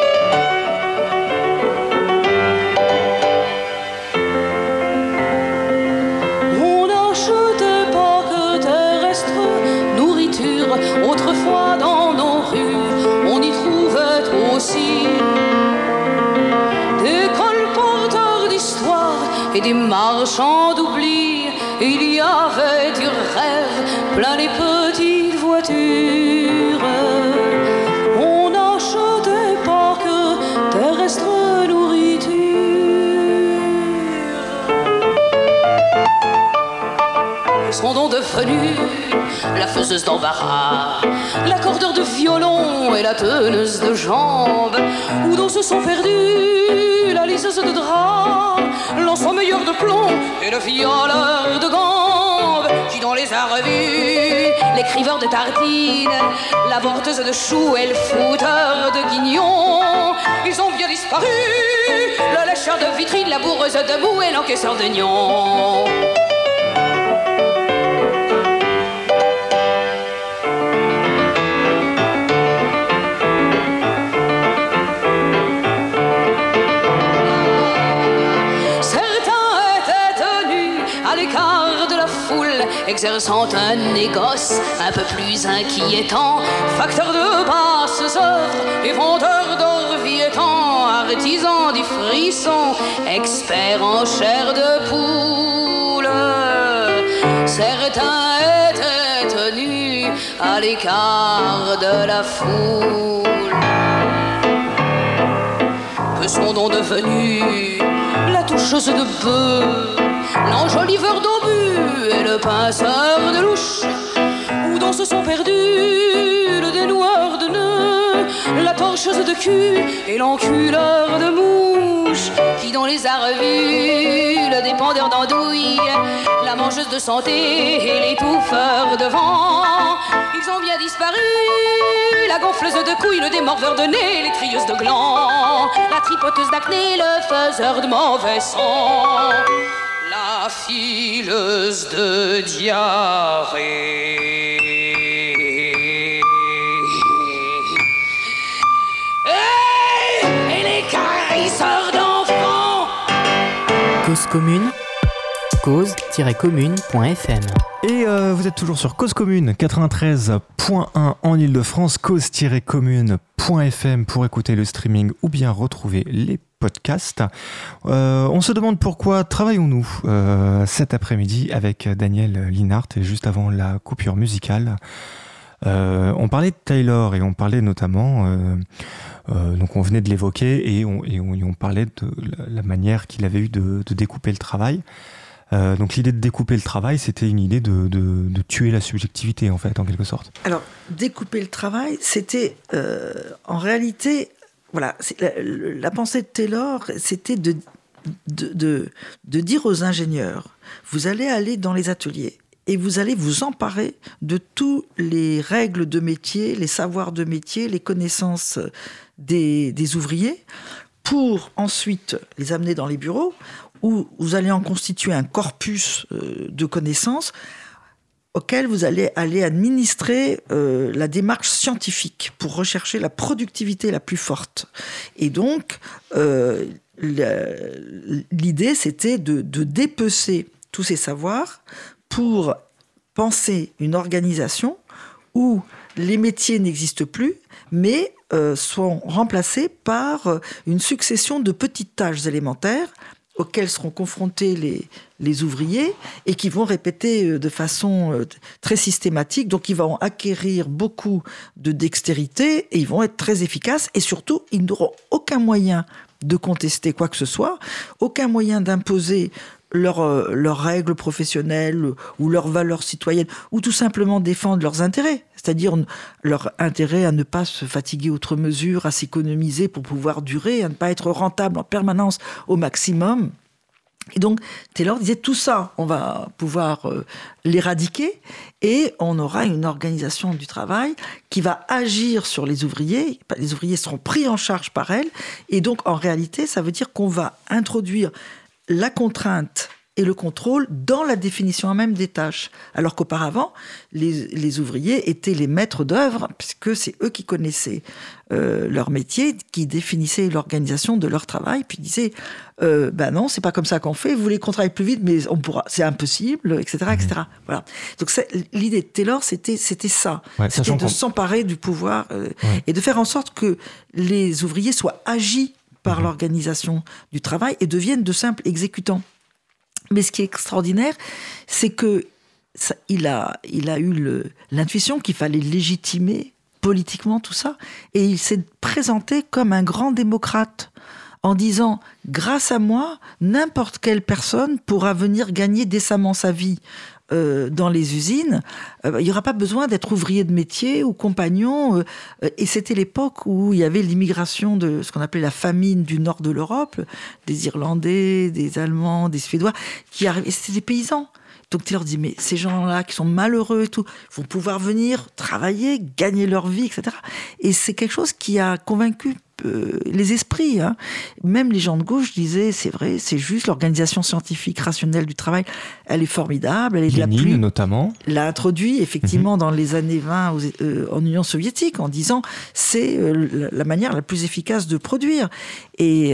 Autrefois dans nos rues, on y trouvait aussi des colporteurs d'histoire et des marchands d'oubli. Il y avait du rêve plein les petites voitures. On n'achetait pas que terrestre nourriture. Ils sont donc devenus la faiseuse d'embarras, l'accordeur de violon et la teneuse de jambes? Où donc se sont perdus la liseuse de drap, l'ensommeilleur de plomb et le violeur de gambes? Qui donc les a revus, l'écriveur de tartines, la venteuse de choux et le fouteur de guignons? Ils ont bien disparu, le lécheur de vitrine, la bourreuse de boue et l'encaisseur de nions. Exerçant un négoce un peu plus inquiétant, facteur de basses œuvres et vendeur d'or viétant, artisan du frisson, expert en chair de poule. Certains étaient tenus à l'écart de la foule. Que sont donc devenus la toucheuse de bœuf, l'enjoliveur d'obus et le pinceur de louche? Où donc se sont perdus le dénoueur de nœuds, la torcheuse de cul et l'enculeur de mouches? Qui donc les a revus, le dépendeur d'andouille, la mangeuse de santé et l'étouffeur de vent? Ils ont bien disparu, la gonfleuse de couilles, le démorveur de nez, les crieuses de glands, la tripoteuse d'acné, le faiseur de mauvais sang, la fileuse de diarrhée. Et les carisseurs d'enfants. Cause commune, cause-commune.fm. Et vous êtes toujours sur Cause Commune 93.1 en Ile-de-France, cause-commune.fm pour écouter le streaming ou bien retrouver les podcasts. On se demande pourquoi travaillons-nous cet après-midi avec Daniel Linhart, et juste avant la coupure musicale. On parlait de Taylor et on parlait notamment, donc on venait de l'évoquer et on parlait de la manière qu'il avait eu de découper le travail. Donc l'idée de découper le travail, c'était une idée de tuer la subjectivité, en fait, en quelque sorte. Alors, découper le travail, c'était en réalité, voilà, la pensée de Taylor, c'était de dire aux ingénieurs, vous allez aller dans les ateliers et vous allez vous emparer de toutes les règles de métier, les savoirs de métier, les connaissances des ouvriers, pour ensuite les amener dans les bureaux, où vous allez en constituer un corpus de connaissances auquel vous allez aller administrer la démarche scientifique pour rechercher la productivité la plus forte. Et donc, l'idée, c'était de dépecer tous ces savoirs pour penser une organisation où les métiers n'existent plus, mais sont remplacés par une succession de petites tâches élémentaires auxquelles seront confrontés les ouvriers et qui vont répéter de façon très systématique. Donc, ils vont acquérir beaucoup de dextérité et ils vont être très efficaces. Et surtout, ils n'auront aucun moyen de contester quoi que ce soit, aucun moyen d'imposer leurs règles professionnelles ou leurs valeurs citoyennes, ou tout simplement défendre leurs intérêts, c'est-à-dire leur intérêt à ne pas se fatiguer outre mesure, à s'économiser pour pouvoir durer, à ne pas être rentable en permanence au maximum. Et donc, Taylor disait tout ça, on va pouvoir l'éradiquer et on aura une organisation du travail qui va agir sur les ouvriers. Les ouvriers seront pris en charge par elle. Et donc, en réalité, ça veut dire qu'on va introduire la contrainte et le contrôle dans la définition même des tâches. Alors qu'auparavant, les ouvriers étaient les maîtres d'œuvre, puisque c'est eux qui connaissaient leur métier, qui définissaient l'organisation de leur travail, puis disaient non, c'est pas comme ça qu'on fait, vous voulez qu'on travaille plus vite, mais c'est impossible, etc., etc. Voilà. Donc l'idée de Taylor, c'était ça. Ouais, c'était de s'emparer du pouvoir et de faire en sorte que les ouvriers soient agis par l'organisation du travail et deviennent de simples exécutants. Mais ce qui est extraordinaire, c'est que il a eu l'intuition qu'il fallait légitimer politiquement tout ça, et il s'est présenté comme un grand démocrate en disant « Grâce à moi, n'importe quelle personne pourra venir gagner décemment sa vie ». Dans les usines, il n'y aura pas besoin d'être ouvrier de métier ou compagnon. Et c'était l'époque où il y avait l'immigration de ce qu'on appelait la famine du nord de l'Europe, des Irlandais, des Allemands, des Suédois, qui arrivaient. C'était des paysans. Donc tu leur dis, mais ces gens-là qui sont malheureux et tout, vont pouvoir venir travailler, gagner leur vie, etc. Et c'est quelque chose qui a convaincu les esprits. Hein. Même les gens de gauche disaient, c'est vrai, c'est juste, l'organisation scientifique rationnelle du travail, elle est formidable, elle est Lénine, de la plus... notamment. L'a introduit, effectivement, dans les années 20 en Union soviétique, en disant, c'est la manière la plus efficace de produire. Et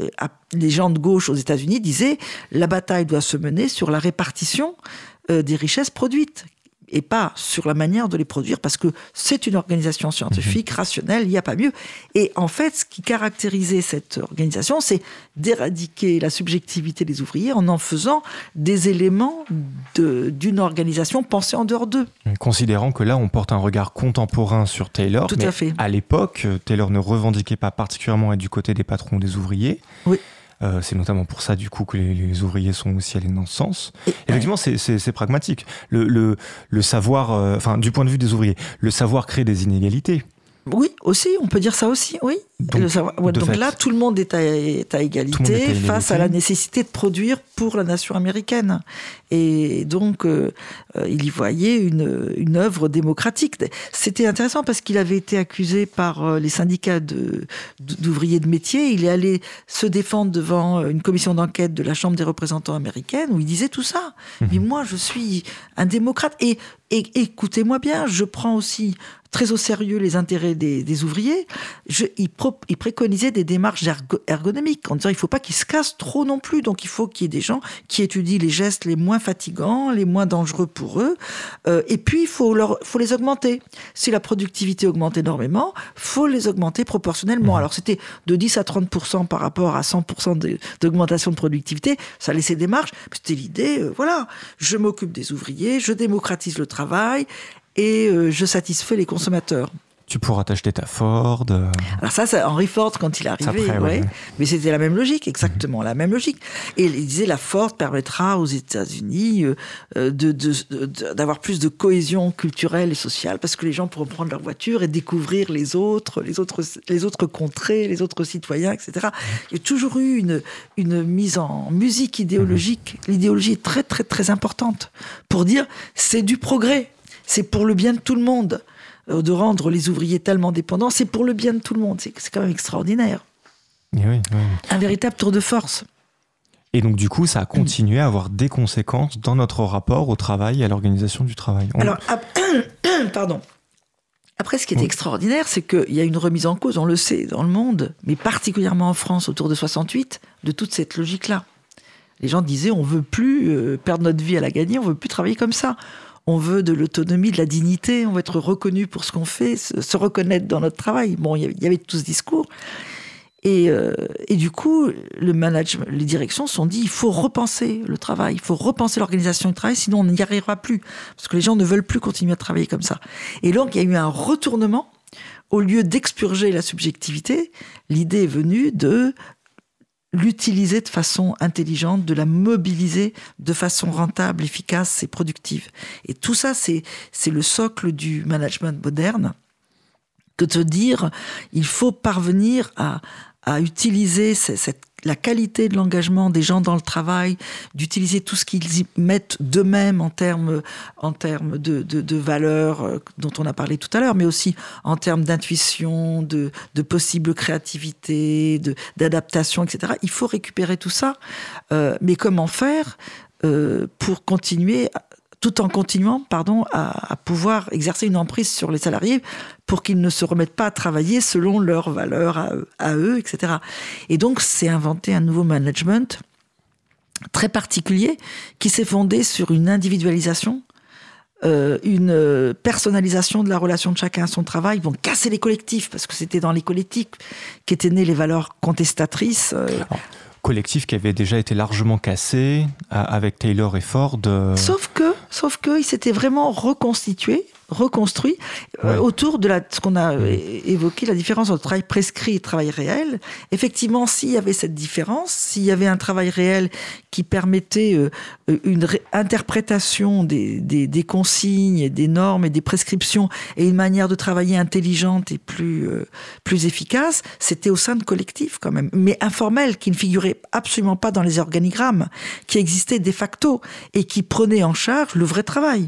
les gens de gauche aux États-Unis disaient, la bataille doit se mener sur la répartition des richesses produites, et pas sur la manière de les produire, parce que c'est une organisation scientifique, rationnelle, il n'y a pas mieux. Et en fait, ce qui caractérisait cette organisation, c'est d'éradiquer la subjectivité des ouvriers en faisant des éléments d'une organisation pensée en dehors d'eux. Considérant que là, on porte un regard contemporain sur Taylor, tout mais à fait. À l'époque, Taylor ne revendiquait pas particulièrement être du côté des patrons des ouvriers. Oui. C'est notamment pour ça, du coup, que les ouvriers sont aussi allés dans ce sens. Effectivement, c'est pragmatique. Le savoir, du point de vue des ouvriers, le savoir crée des inégalités. Oui, aussi, on peut dire ça aussi, oui. Donc là, tout le monde est à égalité face à la nécessité de produire pour la nation américaine. Et donc, il y voyait une œuvre démocratique. C'était intéressant parce qu'il avait été accusé par les syndicats d'ouvriers de métier. Il est allé se défendre devant une commission d'enquête de la Chambre des représentants américaine où il disait tout ça. Mais moi, je suis un démocrate. Et écoutez-moi bien, je prends aussi très au sérieux les intérêts des ouvriers. Il préconisait des démarches ergonomiques en disant il ne faut pas qu'ils se cassent trop non plus. Donc il faut qu'il y ait des gens qui étudient les gestes les moins fatigants, les moins dangereux pour eux. Et puis il faut les augmenter. Si la productivité augmente énormément, il faut les augmenter proportionnellement. Alors c'était de 10 à 30% par rapport à 100% d'augmentation de productivité. Ça laissait des marges. C'était l'idée, voilà, je m'occupe des ouvriers, je démocratise le travail et je satisfais les consommateurs. Tu pourras t'acheter ta Ford. Alors ça, c'est Henry Ford quand il est arrivé, ouais. Mais c'était la même logique, exactement la même logique. Et il disait la Ford permettra aux États-Unis d'avoir plus de cohésion culturelle et sociale parce que les gens pourront prendre leur voiture et découvrir les autres contrées, les autres citoyens, etc. Il y a toujours eu une mise en musique idéologique. L'idéologie est très très très importante pour dire c'est du progrès, c'est pour le bien de tout le monde. De rendre les ouvriers tellement dépendants, c'est pour le bien de tout le monde. C'est quand même extraordinaire. Oui. Un véritable tour de force. Et donc, du coup, ça a continué à avoir des conséquences dans notre rapport au travail et à l'organisation du travail. Alors, pardon. Après, ce qui est extraordinaire, c'est qu'il y a une remise en cause, on le sait, dans le monde, mais particulièrement en France, autour de 68, de toute cette logique-là. Les gens disaient, on veut plus perdre notre vie à la gagner, on veut plus travailler comme ça. On veut de l'autonomie, de la dignité, on veut être reconnu pour ce qu'on fait, se reconnaître dans notre travail. Bon, il y avait tout ce discours. Et du coup, le management, les directions se sont dit, il faut repenser le travail, il faut repenser l'organisation du travail, sinon on n'y arrivera plus. Parce que les gens ne veulent plus continuer à travailler comme ça. Et donc, il y a eu un retournement. Au lieu d'expurger la subjectivité, l'idée est venue de l'utiliser de façon intelligente, de la mobiliser de façon rentable, efficace et productive. Et tout ça, c'est le socle du management moderne, que de dire, il faut parvenir à utiliser la qualité de l'engagement des gens dans le travail, d'utiliser tout ce qu'ils y mettent d'eux-mêmes en termes de valeurs dont on a parlé tout à l'heure, mais aussi en termes d'intuition, de possible créativité, d'adaptation, etc. Il faut récupérer tout ça. Mais comment faire pour continuer tout en continuant, à pouvoir exercer une emprise sur les salariés pour qu'ils ne se remettent pas à travailler selon leurs valeurs à eux, etc. Et donc, c'est inventé un nouveau management très particulier qui s'est fondé sur une individualisation, une personnalisation de la relation de chacun à son travail. Ils vont casser les collectifs, parce que c'était dans les collectifs qu'étaient nées les valeurs contestatrices. Collectif qui avait déjà été largement cassé avec Taylor et Ford. Sauf que il s'était vraiment reconstruit autour de ce qu'on a évoqué, la différence entre travail prescrit et travail réel. Effectivement, s'il y avait cette différence, s'il y avait un travail réel qui permettait une interprétation des consignes, des normes et des prescriptions et une manière de travailler intelligente et plus efficace, c'était au sein de collectifs quand même, mais informels, qui ne figuraient absolument pas dans les organigrammes, qui existaient de facto et qui prenaient en charge le vrai travail,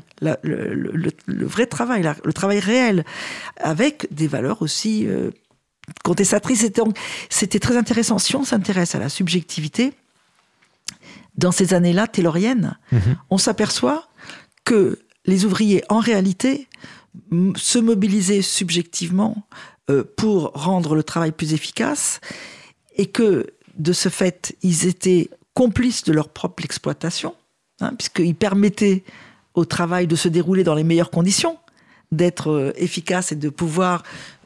le vrai travail, le travail réel, avec des valeurs aussi contestatrices. C'était très intéressant. Si on s'intéresse à la subjectivité, dans ces années-là tayloriennes, on s'aperçoit que les ouvriers, en réalité, se mobilisaient subjectivement pour rendre le travail plus efficace, et que, de ce fait, ils étaient complices de leur propre exploitation, puisqu'ils permettaient au travail de se dérouler dans les meilleures conditions, d'être efficace et de pouvoir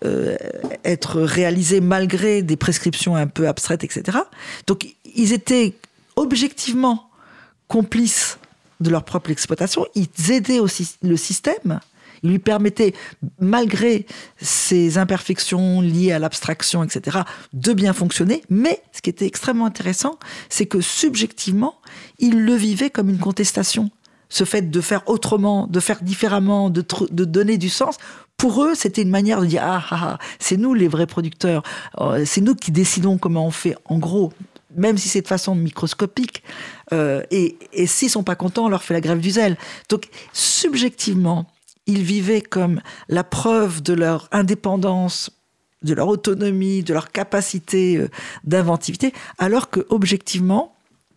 être réalisé malgré des prescriptions un peu abstraites, etc. Donc, ils étaient objectivement complices de leur propre exploitation. Ils aidaient aussi le système. Ils lui permettaient, malgré ses imperfections liées à l'abstraction, etc., de bien fonctionner. Mais ce qui était extrêmement intéressant, c'est que subjectivement, ils le vivaient comme une contestation. Ce fait de faire autrement, de faire différemment, de donner du sens, pour eux, c'était une manière de dire c'est nous les vrais producteurs, c'est nous qui décidons comment on fait, en gros, même si c'est de façon microscopique, et s'ils sont pas contents, on leur fait la grève du zèle. Donc, subjectivement, ils vivaient comme la preuve de leur indépendance, de leur autonomie, de leur capacité d'inventivité, alors que objectivement,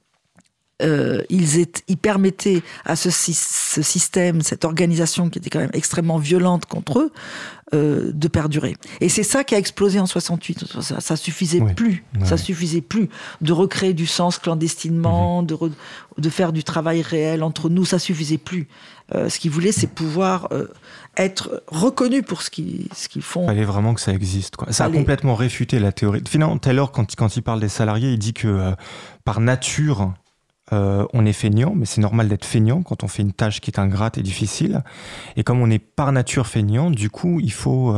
ils permettaient à ce système, cette organisation qui était quand même extrêmement violente contre eux, de perdurer. Et c'est ça qui a explosé en 68. Ça suffisait plus. Ça suffisait plus de recréer du sens clandestinement, de faire du travail réel entre nous. Ça suffisait plus. Ce qu'ils voulaient, c'est pouvoir être reconnus pour ce qu'ils font. Il fallait vraiment que ça existe, quoi. Ça a complètement réfuté la théorie. Finalement, Taylor, quand il parle des salariés, il dit que par nature, on est feignant, mais c'est normal d'être feignant quand on fait une tâche qui est ingrate et difficile. Et comme on est par nature feignant, du coup, il faut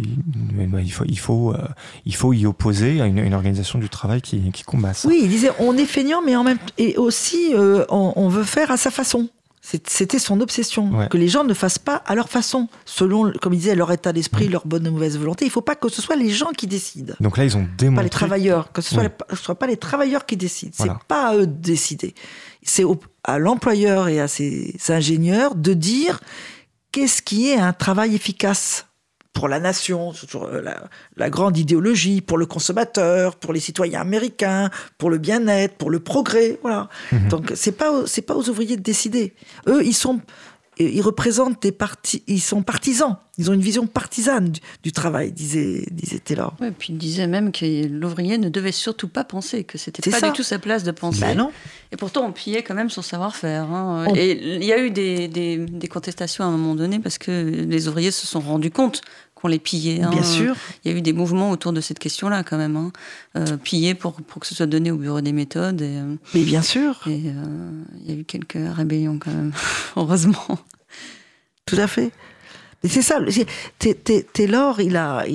y opposer à une organisation du travail qui combat ça. Oui, il disait on est feignant, mais en même et aussi on veut faire à sa façon. C'était son obsession, que les gens ne fassent pas à leur façon, selon, comme il disait, leur état d'esprit, leur bonne ou mauvaise volonté. Il ne faut pas que ce soit les gens qui décident. Donc là, ils ont démontré... Pas les travailleurs, que ce ne soit pas les travailleurs qui décident. Voilà. C'est pas à eux de décider. C'est à l'employeur et à ses ingénieurs de dire qu'est-ce qui est un travail efficace pour la nation, c'est toujours la grande idéologie, pour le consommateur, pour les citoyens américains, pour le bien-être, pour le progrès, voilà. Donc c'est pas aux ouvriers de décider. Eux, ils représentent ils sont partisans. Ils ont une vision partisane du travail, disait Taylor. Ouais, puis il disait même que l'ouvrier ne devait surtout pas penser, que c'était pas du tout sa place de penser. Ben non. Et pourtant, on pillait quand même son savoir-faire. Hein. Et il y a eu des contestations à un moment donné parce que les ouvriers se sont rendus compte qu'on les pillait. Hein. Bien sûr. Il y a eu des mouvements autour de cette question-là quand même. Hein. Piller pour que ce soit donné au bureau des méthodes. Mais bien sûr. Et il y a eu quelques rébellions quand même, heureusement. Tout à fait. Et c'est ça. Taylor, il a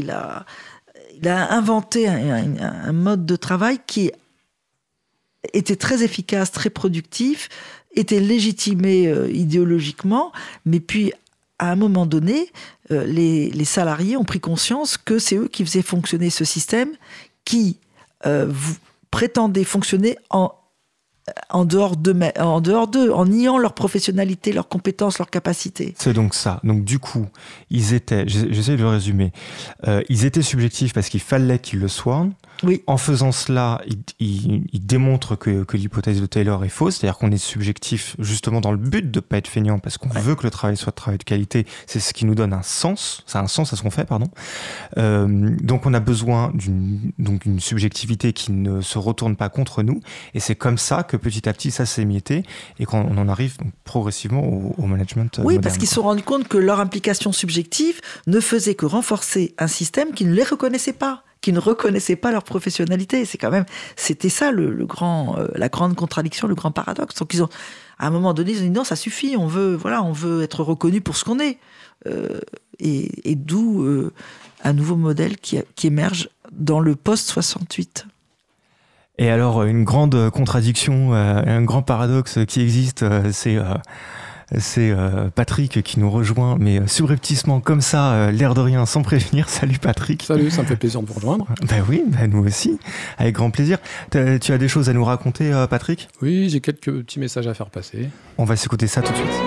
inventé un mode de travail qui était très efficace, très productif, était légitimé idéologiquement, mais puis à un moment donné, les salariés ont pris conscience que c'est eux qui faisaient fonctionner ce système, qui prétendaient fonctionner en dehors d'eux, en niant leur professionnalité, leurs compétences, leurs capacités. C'est donc ça. Donc du coup, ils étaient, j'essaie de le résumer, ils étaient subjectifs parce qu'il fallait qu'ils le soient. Oui. En faisant cela, ils démontrent que l'hypothèse de Taylor est fausse, c'est-à-dire qu'on est subjectif justement dans le but de ne pas être feignant, parce qu'on veut que le travail soit de travail de qualité, c'est ce qui nous donne un sens, ça a un sens à ce qu'on fait, pardon. Donc on a besoin d'une subjectivité qui ne se retourne pas contre nous, et c'est comme ça que petit à petit ça s'est émietté, et qu'on en arrive donc progressivement au management moderne. Parce qu'ils se sont rendus compte que leur implication subjective ne faisait que renforcer un système qui ne les reconnaissait pas, qui ne reconnaissaient pas leur professionnalité. C'était ça la grande contradiction, le grand paradoxe. Donc à un moment donné, ils ont dit non, ça suffit, on veut être reconnu pour ce qu'on est. Et d'où un nouveau modèle qui émerge dans le post-68. Et alors, une grande contradiction, un grand paradoxe qui existe, c'est Patrick qui nous rejoint, mais subrepticement comme ça, l'air de rien, sans prévenir. Salut Patrick. Salut, ça me fait plaisir de vous rejoindre. Ben oui, nous aussi, avec grand plaisir. Tu as des choses à nous raconter, Patrick ? Oui, j'ai quelques petits messages à faire passer. On va s'écouter ça tout de suite.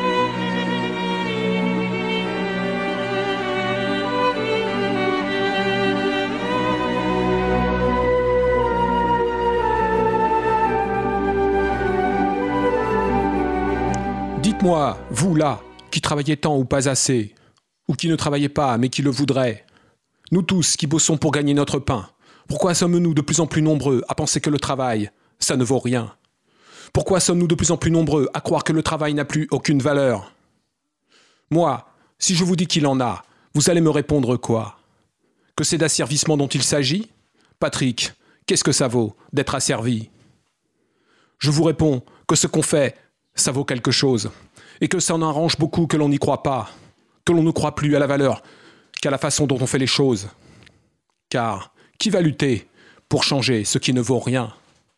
Dites-moi, vous là, qui travaillez tant ou pas assez, ou qui ne travaillez pas mais qui le voudraient, nous tous qui bossons pour gagner notre pain, pourquoi sommes-nous de plus en plus nombreux à penser que le travail, ça ne vaut rien ? Pourquoi sommes-nous de plus en plus nombreux à croire que le travail n'a plus aucune valeur ? Moi, si je vous dis qu'il en a, vous allez me répondre quoi ? Que c'est d'asservissement dont il s'agit ? Patrick, qu'est-ce que ça vaut d'être asservi ? Je vous réponds que ce qu'on fait, ça vaut quelque chose, et que ça en arrange beaucoup que l'on n'y croit pas, que l'on ne croit plus à la valeur qu'à la façon dont on fait les choses. Car qui va lutter pour changer ce qui ne vaut rien ?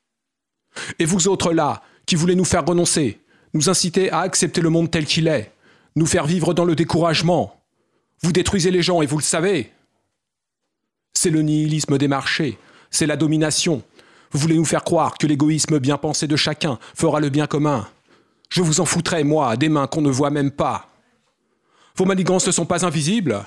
Et vous autres là, qui voulez nous faire renoncer, nous inciter à accepter le monde tel qu'il est, nous faire vivre dans le découragement, vous détruisez les gens et vous le savez. C'est le nihilisme des marchés, c'est la domination. Vous voulez nous faire croire que l'égoïsme bien pensé de chacun fera le bien commun. Je vous en foutrais, moi, des mains qu'on ne voit même pas. Vos manigances ne sont pas invisibles.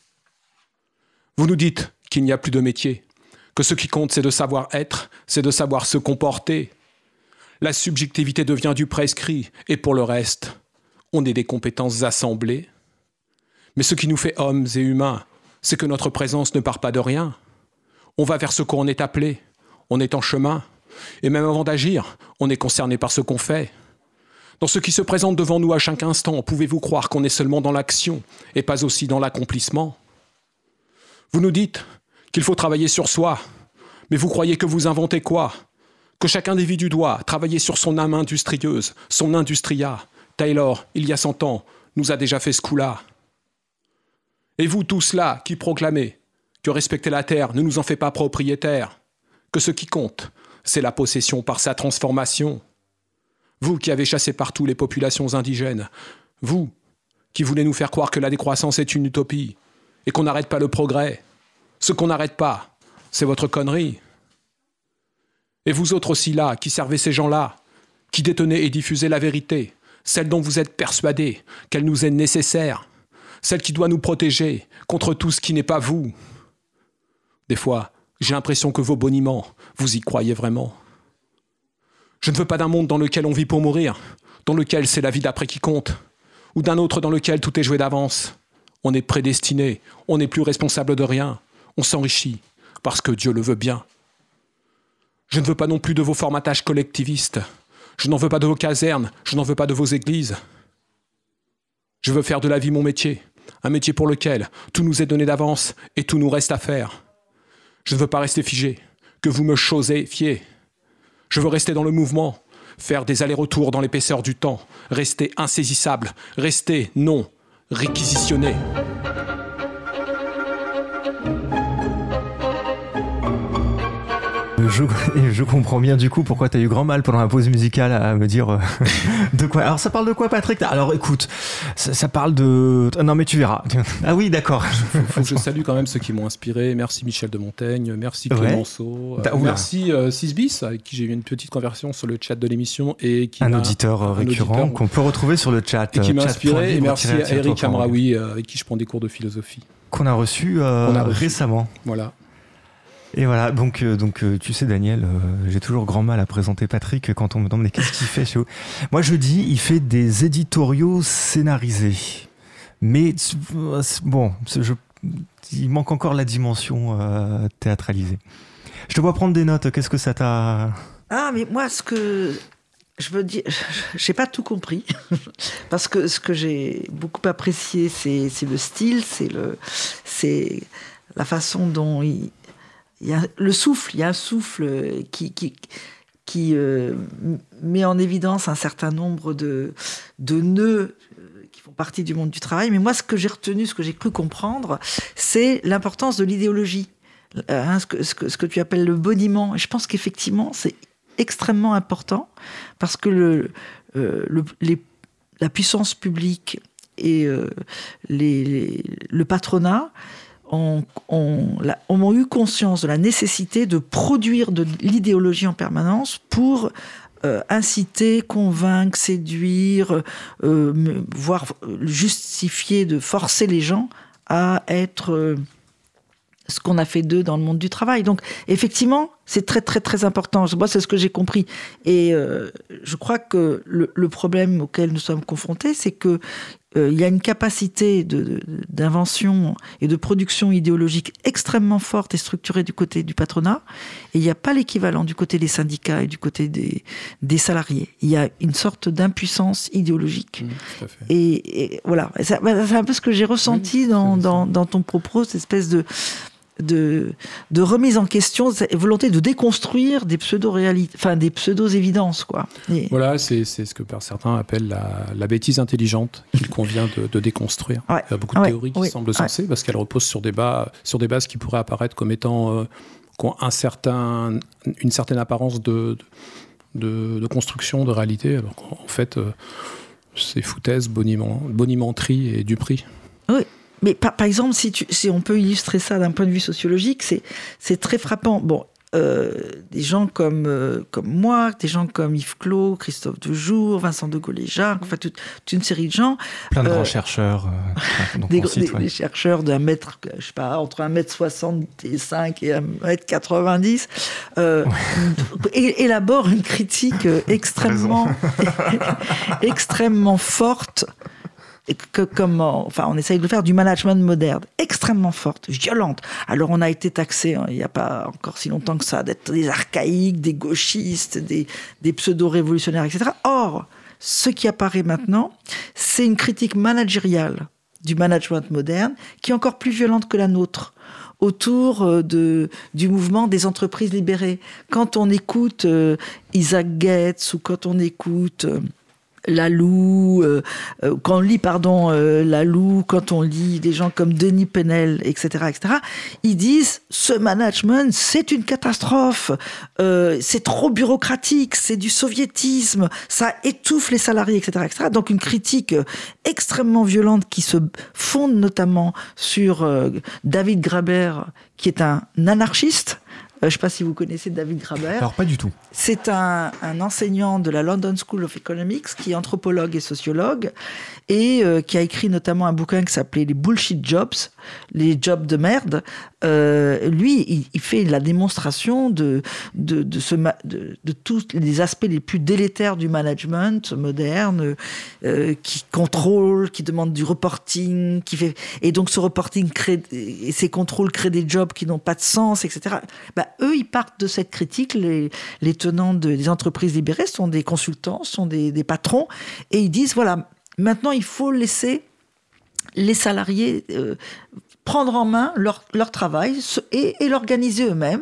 Vous nous dites qu'il n'y a plus de métier, que ce qui compte, c'est de savoir être, c'est de savoir se comporter. La subjectivité devient du prescrit, et pour le reste, on est des compétences assemblées. Mais ce qui nous fait hommes et humains, c'est que notre présence ne part pas de rien. On va vers ce qu'on est appelé, on est en chemin, et même avant d'agir, on est concerné par ce qu'on fait. Dans ce qui se présente devant nous à chaque instant, pouvez-vous croire qu'on est seulement dans l'action et pas aussi dans l'accomplissement ? Vous nous dites qu'il faut travailler sur soi, mais vous croyez que vous inventez quoi ? Que chaque individu doit travailler sur son âme industrieuse, son industria. Taylor, il y a 100 ans, nous a déjà fait ce coup-là. Et vous tous là qui proclamez que respecter la terre ne nous en fait pas propriétaires, que ce qui compte, c'est la possession par sa transformation. Vous qui avez chassé partout les populations indigènes, vous qui voulez nous faire croire que la décroissance est une utopie et qu'on n'arrête pas le progrès, ce qu'on n'arrête pas, c'est votre connerie. Et vous autres aussi là, qui servez ces gens-là, qui détenez et diffusez la vérité, celle dont vous êtes persuadés qu'elle nous est nécessaire, celle qui doit nous protéger contre tout ce qui n'est pas vous. Des fois, j'ai l'impression que vos boniments, vous y croyez vraiment. Je ne veux pas d'un monde dans lequel on vit pour mourir, dans lequel c'est la vie d'après qui compte, ou d'un autre dans lequel tout est joué d'avance. On est prédestiné, on n'est plus responsable de rien, on s'enrichit, parce que Dieu le veut bien. Je ne veux pas non plus de vos formatages collectivistes, je n'en veux pas de vos casernes, je n'en veux pas de vos églises. Je veux faire de la vie mon métier, un métier pour lequel tout nous est donné d'avance et tout nous reste à faire. Je ne veux pas rester figé, que vous me chosifiez. Je veux rester dans le mouvement, faire des allers-retours dans l'épaisseur du temps, rester insaisissable, rester, non, réquisitionné. Je comprends bien du coup pourquoi tu as eu grand mal pendant la pause musicale à me dire de quoi. Alors ça parle de quoi, Patrick? Alors écoute, ça parle de... Non mais tu verras. Ah oui, d'accord. Faut que je salue quand même ceux qui m'ont inspiré. Merci Michel de Montaigne, merci Clémenceau, merci 6bis avec qui j'ai eu une petite conversation sur le chat de l'émission et qui un auditeur récurrent qu'on peut retrouver sur le chat. Et qui m'a inspiré. Et merci à Eric Amraoui avec qui je prends des cours de philosophie. Qu'on a reçu récemment. Voilà. Et voilà, donc tu sais Daniel, j'ai toujours grand mal à présenter Patrick quand on me demande mais qu'est-ce qu'il fait chez vous. Moi je dis, il fait des éditoriaux scénarisés. Mais bon, il manque encore la dimension théâtralisée. Je te vois prendre des notes, qu'est-ce que ça t'a... Ah mais moi ce que je veux dire, j'ai pas tout compris, parce que ce que j'ai beaucoup apprécié c'est le style, c'est la façon dont il y a le souffle, il y a un souffle qui met en évidence un certain nombre de nœuds qui font partie du monde du travail. Mais moi, ce que j'ai retenu, ce que j'ai cru comprendre, c'est l'importance de l'idéologie. Ce que tu appelles le boniment. Et je pense qu'effectivement, c'est extrêmement important parce que la puissance publique et le patronat ont eu conscience de la nécessité de produire de l'idéologie en permanence pour inciter, convaincre, séduire, voire justifier, de forcer les gens à être ce qu'on a fait d'eux dans le monde du travail. Donc, effectivement, c'est très, très, très important. Moi, c'est ce que j'ai compris. Et je crois que le problème auquel nous sommes confrontés, c'est que il y a une capacité d'invention et de production idéologique extrêmement forte et structurée du côté du patronat, et il n'y a pas l'équivalent du côté des syndicats et du côté des salariés. Il y a une sorte d'impuissance idéologique. Tout à fait. Et voilà, c'est un peu ce que j'ai ressenti dans ton propos, cette espèce de remise en question, cette volonté de déconstruire des pseudo-réalités, enfin des pseudo-évidences, quoi. Voilà, c'est ce que certains appellent la bêtise intelligente qu'il convient de déconstruire. Ouais. Il y a beaucoup de théories qui semblent sensées parce qu'elles reposent sur des bases qui pourraient apparaître comme étant qui ont une certaine apparence de construction, de réalité, alors qu'en fait, c'est foutaise, bonimenterie et duperie. Oui. Mais par exemple, si on peut illustrer ça d'un point de vue sociologique, c'est très frappant. Bon, des gens comme moi, des gens comme Yves Clos, Christophe Dejour, Vincent de Gaulle-Jarre, enfin toute une série de gens. Plein de grands chercheurs. Des chercheurs de 1 mètre, je sais pas, entre 1m65 et 1m90, élaborent une critique extrêmement forte. On essaye de faire du management moderne, extrêmement forte, violente. Alors on a été taxé, il n'y a pas encore si longtemps que ça, d'être des archaïques, des gauchistes, des pseudo-révolutionnaires, etc. Or, ce qui apparaît maintenant, c'est une critique managériale du management moderne qui est encore plus violente que la nôtre, autour du mouvement des entreprises libérées. Quand on écoute Isaac Getz ou quand on écoute... Laloux, quand on lit, Laloux, quand on lit des gens comme Denis Penel, etc., ils disent ce management, c'est une catastrophe, c'est trop bureaucratique, c'est du soviétisme, ça étouffe les salariés, etc. Donc une critique extrêmement violente qui se fonde notamment sur David Graeber, qui est un anarchiste, Je ne sais pas si vous connaissez David Graeber. Alors, pas du tout. C'est un enseignant de la London School of Economics qui est anthropologue et sociologue et qui a écrit notamment un bouquin qui s'appelait Les Bullshit Jobs, les jobs de merde. Lui, il fait la démonstration de tous les aspects les plus délétères du management moderne, qui contrôle, qui demande du reporting, et donc ce reporting et ces contrôles créent des jobs qui n'ont pas de sens, etc. Eux, ils partent de cette critique. Les tenants des entreprises libérées sont des consultants, sont des patrons, et ils disent, voilà, maintenant il faut laisser les salariés prendre en main leur travail et l'organiser eux-mêmes.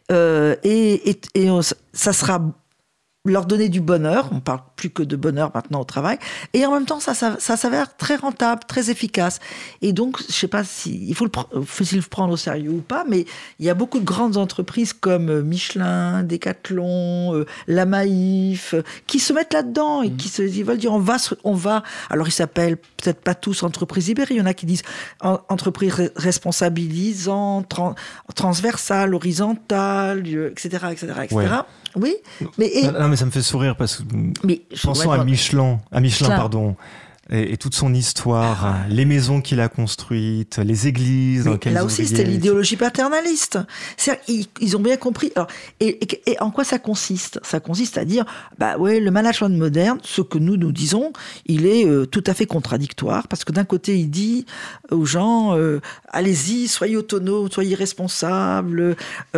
Ça sera leur donner du bonheur. On parle plus que de bonheur maintenant au travail. Et en même temps, ça s'avère très rentable, très efficace. Et donc, je sais pas il faut le prendre au sérieux ou pas, mais il y a beaucoup de grandes entreprises comme Michelin, Decathlon, La Maïf, qui se mettent là-dedans et ils veulent dire, on va. Alors, ils s'appellent peut-être pas tous entreprises libérées. Il y en a qui disent entreprises responsabilisantes, transversales, horizontales, etc., etc., etc. Ouais. Oui, mais non, mais ça me fait sourire parce que pensons à Michelin, pardon, et toute son histoire, les maisons qu'il a construites, les églises dans lesquelles là aussi, c'était l'idéologie paternaliste. C'est-à-dire, ils ont bien compris. Alors, et en quoi ça consiste ? Ça consiste à dire, le management moderne, ce que nous disons, il est tout à fait contradictoire, parce que d'un côté, il dit aux gens, allez-y, soyez autonomes, soyez responsables,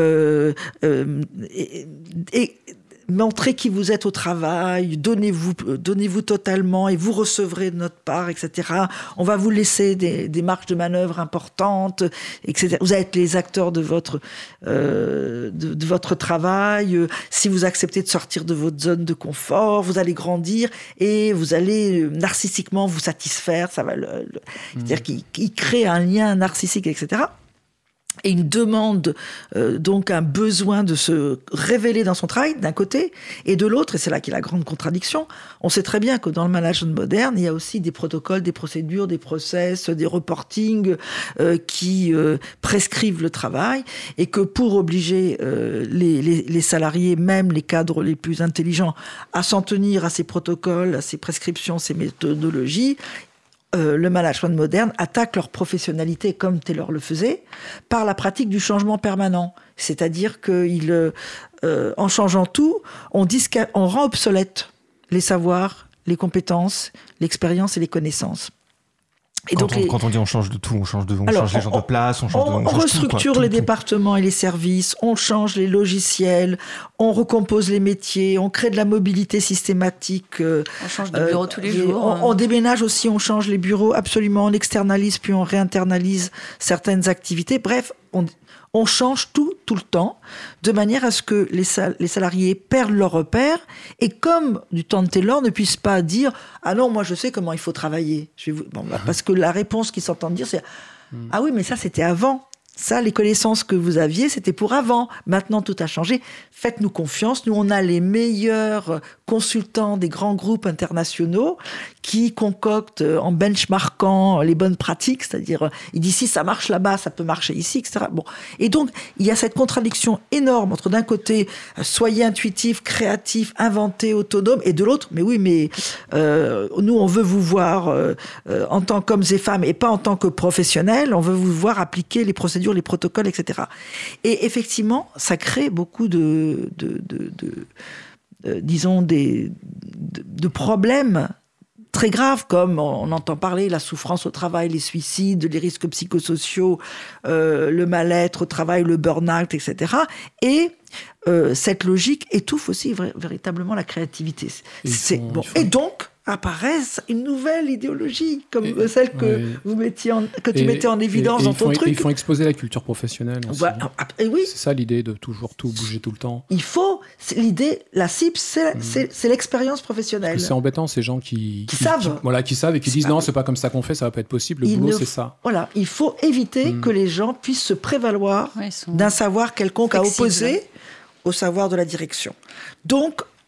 montrez qui vous êtes au travail, donnez-vous totalement et vous recevrez de notre part, etc. On va vous laisser des marges de manœuvre importantes, etc. Vous allez être les acteurs de votre travail. Si vous acceptez de sortir de votre zone de confort, vous allez grandir et vous allez narcissiquement vous satisfaire. Ça va c'est-à-dire qu'il crée un lien narcissique, etc. Et une demande, donc un besoin de se révéler dans son travail, d'un côté, et de l'autre, et c'est là qu'il y a la grande contradiction, on sait très bien que dans le management moderne, il y a aussi des protocoles, des procédures, des process, des reportings qui prescrivent le travail, et que pour obliger les salariés, même les cadres les plus intelligents, à s'en tenir à ces protocoles, à ces prescriptions, ces méthodologies, le management moderne attaque leur professionnalité comme Taylor le faisait par la pratique du changement permanent. C'est-à-dire qu'en changeant tout, on rend obsolètes les savoirs, les compétences, l'expérience et les connaissances. Et quand on dit on change de tout, on change les gens de place, on restructure tout, les départements et les services, on change les logiciels, on recompose les métiers, on crée de la mobilité systématique. On change de bureau tous les jours. On déménage aussi, on change les bureaux, absolument, on externalise puis on réinternalise certaines activités. Bref, on change tout le temps, de manière à ce que les salariés perdent leur repère et, comme du temps de Taylor, ne puissent pas dire « Ah non, moi je sais comment il faut travailler ». Parce que la réponse qu'ils s'entendent dire, c'est « Ah oui, mais ça c'était avant ». Ça, les connaissances que vous aviez, c'était pour avant. Maintenant, tout a changé. Faites-nous confiance. Nous, on a les meilleurs consultants des grands groupes internationaux qui concoctent en benchmarkant les bonnes pratiques. C'est-à-dire, ils disent si ça marche là-bas, ça peut marcher ici, etc. Bon. Et donc, il y a cette contradiction énorme entre, d'un côté, soyez intuitif, créatif, inventé, autonome, et de l'autre, mais oui, mais nous, on veut vous voir en tant qu'hommes et femmes et pas en tant que professionnels. On veut vous voir appliquer les procédures, les protocoles, etc. Et effectivement, ça crée beaucoup de problèmes très graves, comme on entend parler, la souffrance au travail, les suicides, les risques psychosociaux, le mal-être au travail, le burn-out, etc. Et cette logique étouffe aussi véritablement la créativité. Et donc apparaît une nouvelle idéologie, comme celle que tu mettais en évidence dans ton truc. Ils font exposer la culture professionnelle aussi. Et oui. C'est ça l'idée de toujours tout bouger tout le temps. La cible, c'est l'expérience professionnelle. Parce que c'est embêtant, ces gens qui savent. Qui savent et qui disent non, c'est pas comme ça qu'on fait, ça va pas être possible, le boulot c'est ça. Voilà, il faut éviter que les gens puissent se prévaloir d'un savoir quelconque à opposer au savoir de la direction. Donc,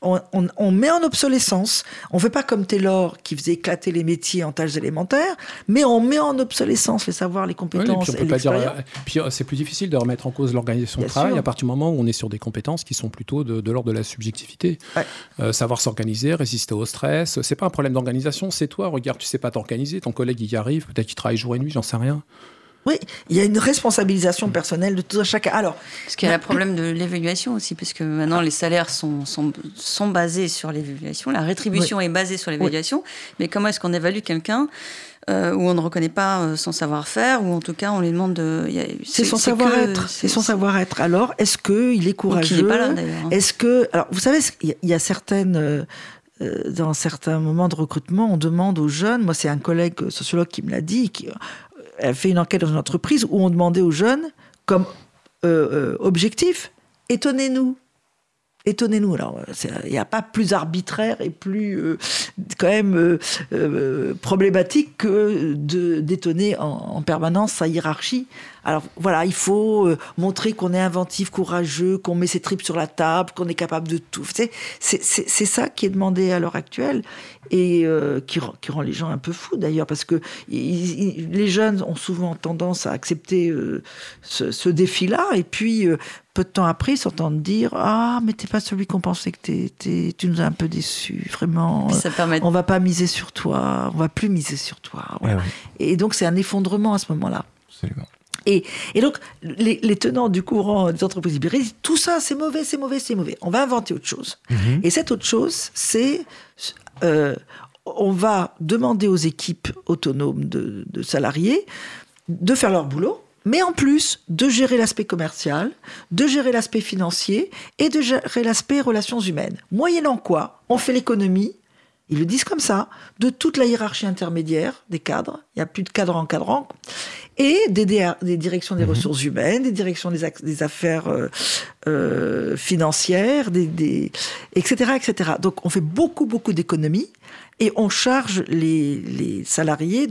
On met en obsolescence. On ne fait pas comme Taylor qui faisait éclater les métiers en tâches élémentaires, mais on met en obsolescence les savoirs, les compétences et l'expérience. Puis c'est plus difficile de remettre en cause l'organisation du travail à partir du moment où on est sur des compétences qui sont plutôt de l'ordre de la subjectivité. Ouais. Savoir s'organiser, résister au stress, c'est pas un problème d'organisation, c'est toi, regarde, tu sais pas t'organiser, ton collègue il y arrive, peut-être qu'il travaille jour et nuit, j'en sais rien. Oui, il y a une responsabilisation personnelle de tout un chacun. Alors, parce qu'il y a le problème de l'évaluation aussi, parce que maintenant les salaires sont basés sur l'évaluation, la rétribution est basée sur l'évaluation, mais comment est-ce qu'on évalue quelqu'un où on ne reconnaît pas son savoir-faire, ou en tout cas on lui demande de... C'est son savoir-être. C'est son savoir-être. Alors, est-ce qu'il est courageux ? Il n'est pas là d'ailleurs. Est-ce que... Alors, vous savez, il y a certaines... dans certains moments de recrutement, on demande aux jeunes, moi c'est un collègue sociologue qui me l'a dit, elle fait une enquête dans une entreprise où on demandait aux jeunes, comme objectif, étonnez-nous. Étonnez-nous. Alors, il n'y a pas plus arbitraire et plus quand même problématique que d'étonner en permanence sa hiérarchie. Alors voilà, il faut montrer qu'on est inventif, courageux, qu'on met ses tripes sur la table, qu'on est capable de tout. C'est ça qui est demandé à l'heure actuelle et qui rend les gens un peu fous d'ailleurs, parce que les jeunes ont souvent tendance à accepter ce défi-là, et puis peu de temps après, ils s'entendent dire « Ah, mais t'es pas celui qu'on pensait que t'étais, tu nous as un peu déçus, vraiment, on va pas miser sur toi, on va plus miser sur toi. » Voilà. Ouais. Et donc c'est un effondrement à ce moment-là. Absolument. Et donc, les tenants du courant des entreprises libérées disent tout ça, c'est mauvais, c'est mauvais, c'est mauvais. On va inventer autre chose. Et cette autre chose, c'est on va demander aux équipes autonomes de salariés de faire leur boulot, mais en plus de gérer l'aspect commercial, de gérer l'aspect financier et de gérer l'aspect relations humaines. Moyennant quoi, on fait l'économie, ils le disent comme ça, de toute la hiérarchie intermédiaire des cadres, il n'y a plus de cadres encadrant, et des directions des ressources humaines, des directions des affaires financières, etc., etc. Donc on fait beaucoup, beaucoup d'économies, et on charge les salariés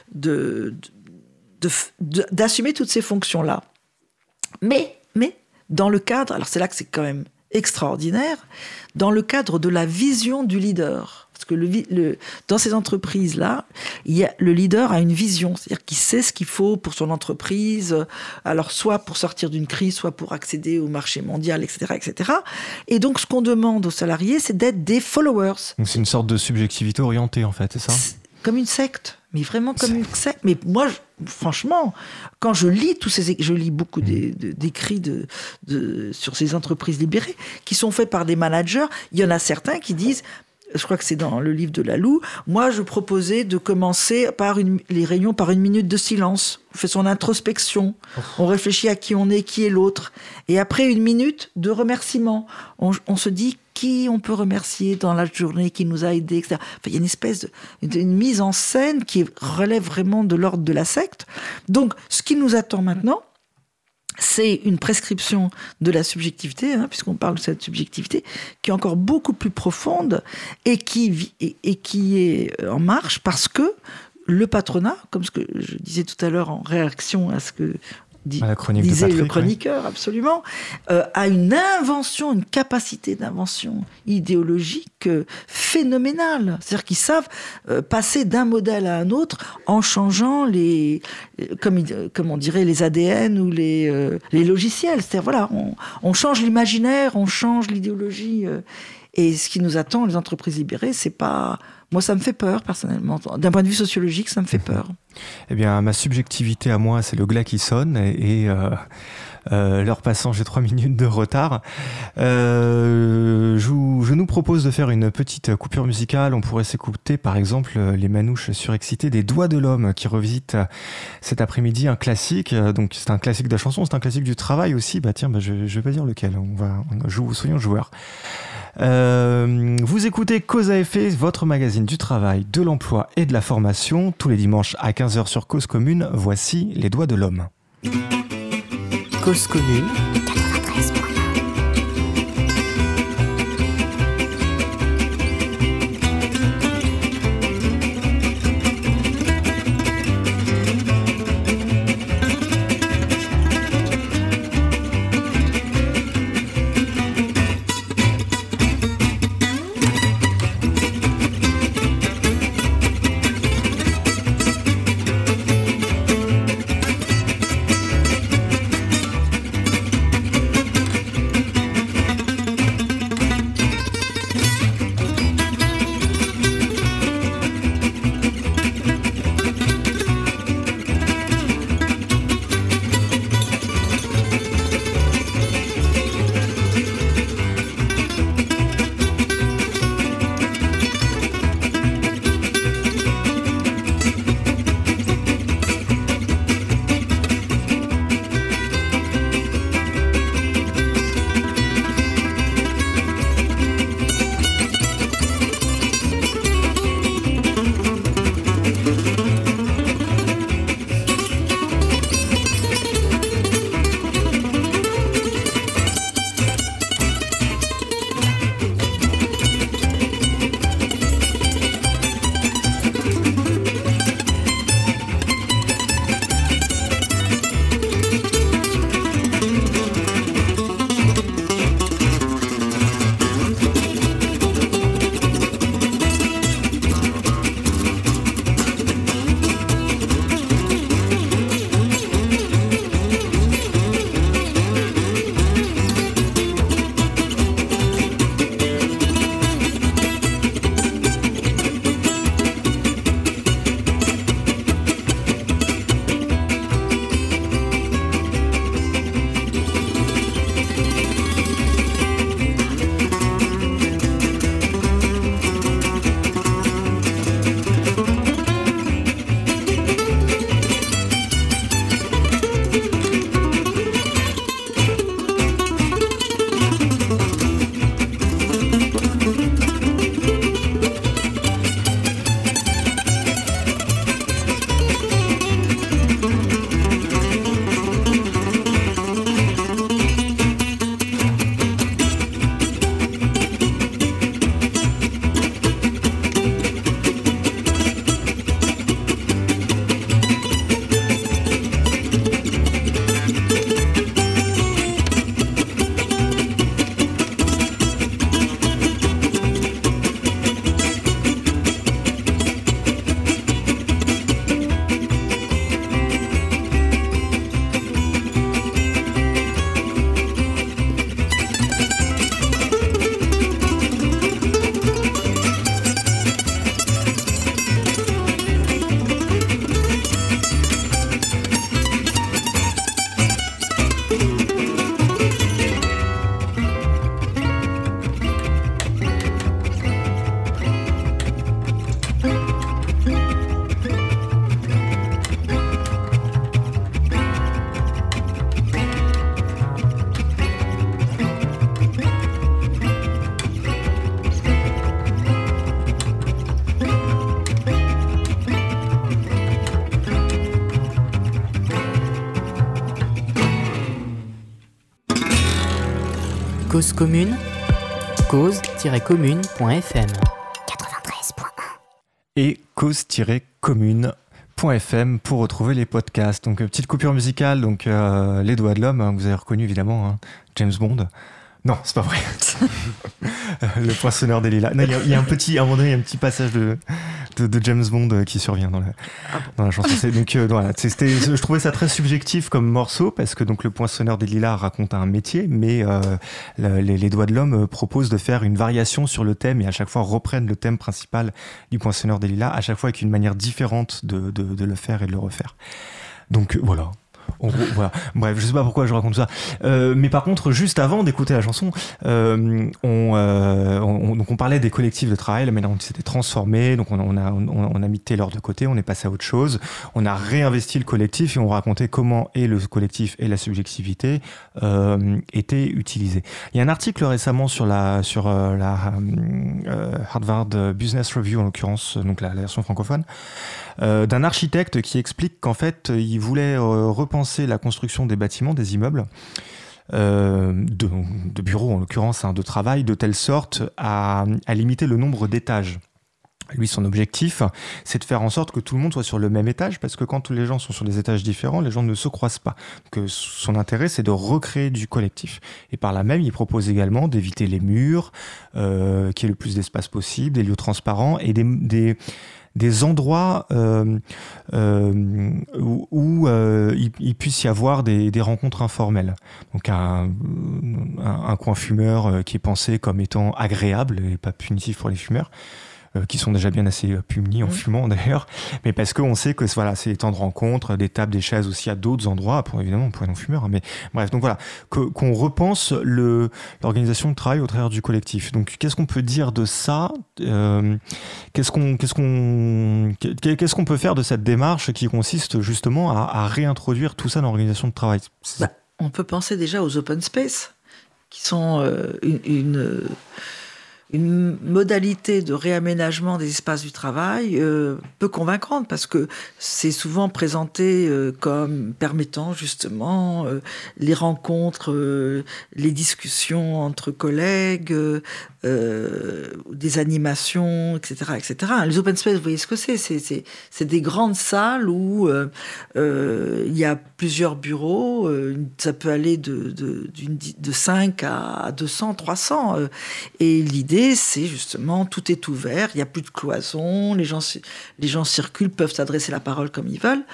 d'assumer toutes ces fonctions-là. Mais, dans le cadre, alors c'est là que c'est quand même extraordinaire, dans le cadre de la vision du leader. Parce que dans ces entreprises-là, le leader a une vision, c'est-à-dire qu'il sait ce qu'il faut pour son entreprise, alors soit pour sortir d'une crise, soit pour accéder au marché mondial, etc., etc. Et donc, ce qu'on demande aux salariés, c'est d'être des followers. Donc, c'est une sorte de subjectivité orientée, en fait, c'est ça ? Comme une secte, mais vraiment comme une secte. Mais moi, franchement, quand je lis je lis beaucoup d'écrits sur ces entreprises libérées qui sont faits par des managers. Il y en a certains qui disent, je crois que c'est dans le livre de Laloux, moi je proposais de commencer les réunions par 1 minute de silence. On fait son introspection, on réfléchit à qui on est, qui est l'autre. Et après 1 minute de remerciement, on se dit qui on peut remercier dans la journée, qui nous a aidés, etc. Enfin, il y a une espèce une mise en scène qui relève vraiment de l'ordre de la secte. Donc, ce qui nous attend maintenant, c'est une prescription de la subjectivité, puisqu'on parle de cette subjectivité, qui est encore beaucoup plus profonde et qui est en marche parce que le patronat, comme ce que je disais tout à l'heure en réaction à ce que disait le chroniqueur, absolument, a une capacité d'invention idéologique phénoménale. C'est-à-dire qu'ils savent passer d'un modèle à un autre en changeant comme on dirait, les ADN ou les logiciels. C'est-à-dire, voilà, on change l'imaginaire, on change l'idéologie. Et ce qui nous attend, les entreprises libérées, c'est pas... Moi, ça me fait peur, personnellement. D'un point de vue sociologique, ça me fait peur. Eh bien, ma subjectivité à moi, c'est le glas qui sonne. Et l'heure passant, j'ai 3 minutes de retard. Je nous propose de faire une petite coupure musicale. On pourrait s'écouter, par exemple, les manouches surexcitées des Doigts de l'Homme, qui revisitent cet après-midi un classique. Donc, c'est un classique de la chanson, c'est un classique du travail aussi. Je vais pas dire lequel. Soyons joueurs. Vous écoutez Cause à effet, votre magazine du travail, de l'emploi et de la formation, tous les dimanches à 15h sur Cause Commune. Voici les Doigts de l'Homme. Cause Commune. Cause commune, cause-commune.fm. Et cause-commune.fm pour retrouver les podcasts. Donc, petite coupure musicale, donc Les Doigts de l'Homme, vous avez reconnu évidemment, hein, James Bond. Non, c'est pas vrai. Le Poinçonneur des Lilas. Non, il y a un petit, à un moment donné, il y a un petit passage de James Bond qui survient dans la chanson. Donc voilà, je trouvais ça très subjectif comme morceau parce que donc le Poinçonneur des Lilas raconte un métier, mais les Doigts de l'Homme proposent de faire une variation sur le thème et à chaque fois reprennent le thème principal du Poinçonneur des Lilas, à chaque fois avec une manière différente de le faire et de le refaire. Donc voilà. En gros, voilà. Bref, je sais pas pourquoi je raconte ça. Mais par contre, juste avant d'écouter la chanson, donc on parlait des collectifs de travail, la manière dont ils s'étaient transformés. Donc on a mis Taylor de côté, on est passé à autre chose. On a réinvesti le collectif et on racontait comment le collectif et la subjectivité étaient utilisés. Il y a un article récemment sur la Harvard Business Review, en l'occurrence, donc la version francophone, d'un architecte qui explique qu'en fait, il voulait repenser la construction des bâtiments, des immeubles, de bureaux en l'occurrence, de travail, de telle sorte à limiter le nombre d'étages. Lui, son objectif, c'est de faire en sorte que tout le monde soit sur le même étage, parce que quand tous les gens sont sur des étages différents, les gens ne se croisent pas. Donc, son intérêt, c'est de recréer du collectif. Et par là même, il propose également d'éviter les murs, qu'il y ait le plus d'espace possible, des lieux transparents et des endroits où il puisse y avoir des rencontres informelles. Donc un coin fumeur qui est pensé comme étant agréable et pas punitif pour les fumeurs, qui sont déjà bien assez punis en fumant d'ailleurs, mais parce qu'on sait que voilà, c'est des temps de rencontre, des tables, des chaises aussi à d'autres endroits, pour les non-fumeurs. Mais bref, donc voilà, qu'on repense l'organisation de travail au travers du collectif. Donc qu'est-ce qu'on peut dire de ça ? Qu'est-ce qu'on peut faire de cette démarche qui consiste justement à réintroduire tout ça dans l'organisation de travail ? On peut penser déjà aux open space, qui sont une modalité de réaménagement des espaces du travail peu convaincante, parce que c'est souvent présenté comme permettant justement les rencontres, les discussions entre collègues, des animations, etc., etc. Les open space, vous voyez ce que c'est. C'est des grandes salles où il y a plusieurs bureaux. Ça peut aller de 5 à 200, 300. Et l'idée, c'est justement, tout est ouvert, il n'y a plus de cloison, les gens circulent, peuvent s'adresser la parole comme ils veulent.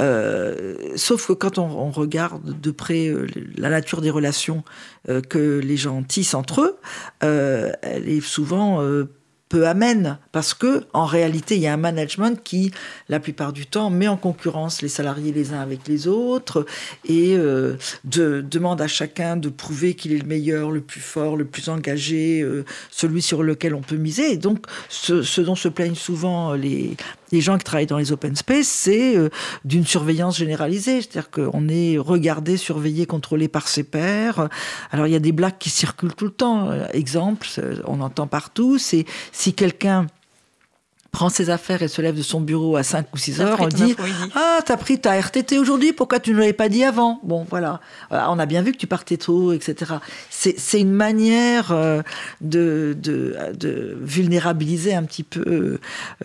Sauf que quand on regarde de près la nature des relations que les gens tissent entre eux, elle est souvent peu amène, parce que en réalité, il y a un management qui, la plupart du temps, met en concurrence les salariés les uns avec les autres et demande à chacun de prouver qu'il est le meilleur, le plus fort, le plus engagé, celui sur lequel on peut miser. Et donc, ce dont se plaignent souvent les gens qui travaillent dans les open space, c'est d'une surveillance généralisée. C'est-à-dire qu'on est regardé, surveillé, contrôlé par ses pairs. Alors, il y a des blagues qui circulent tout le temps. Exemple, on entend partout, c'est si quelqu'un prend ses affaires et se lève de son bureau à 5 ou 6 heures, on dit « Ah, t'as pris ta RTT aujourd'hui, pourquoi tu ne l'avais pas dit avant ?» Bon, voilà. On a bien vu que tu partais tôt, etc. C'est une manière de vulnérabiliser un petit peu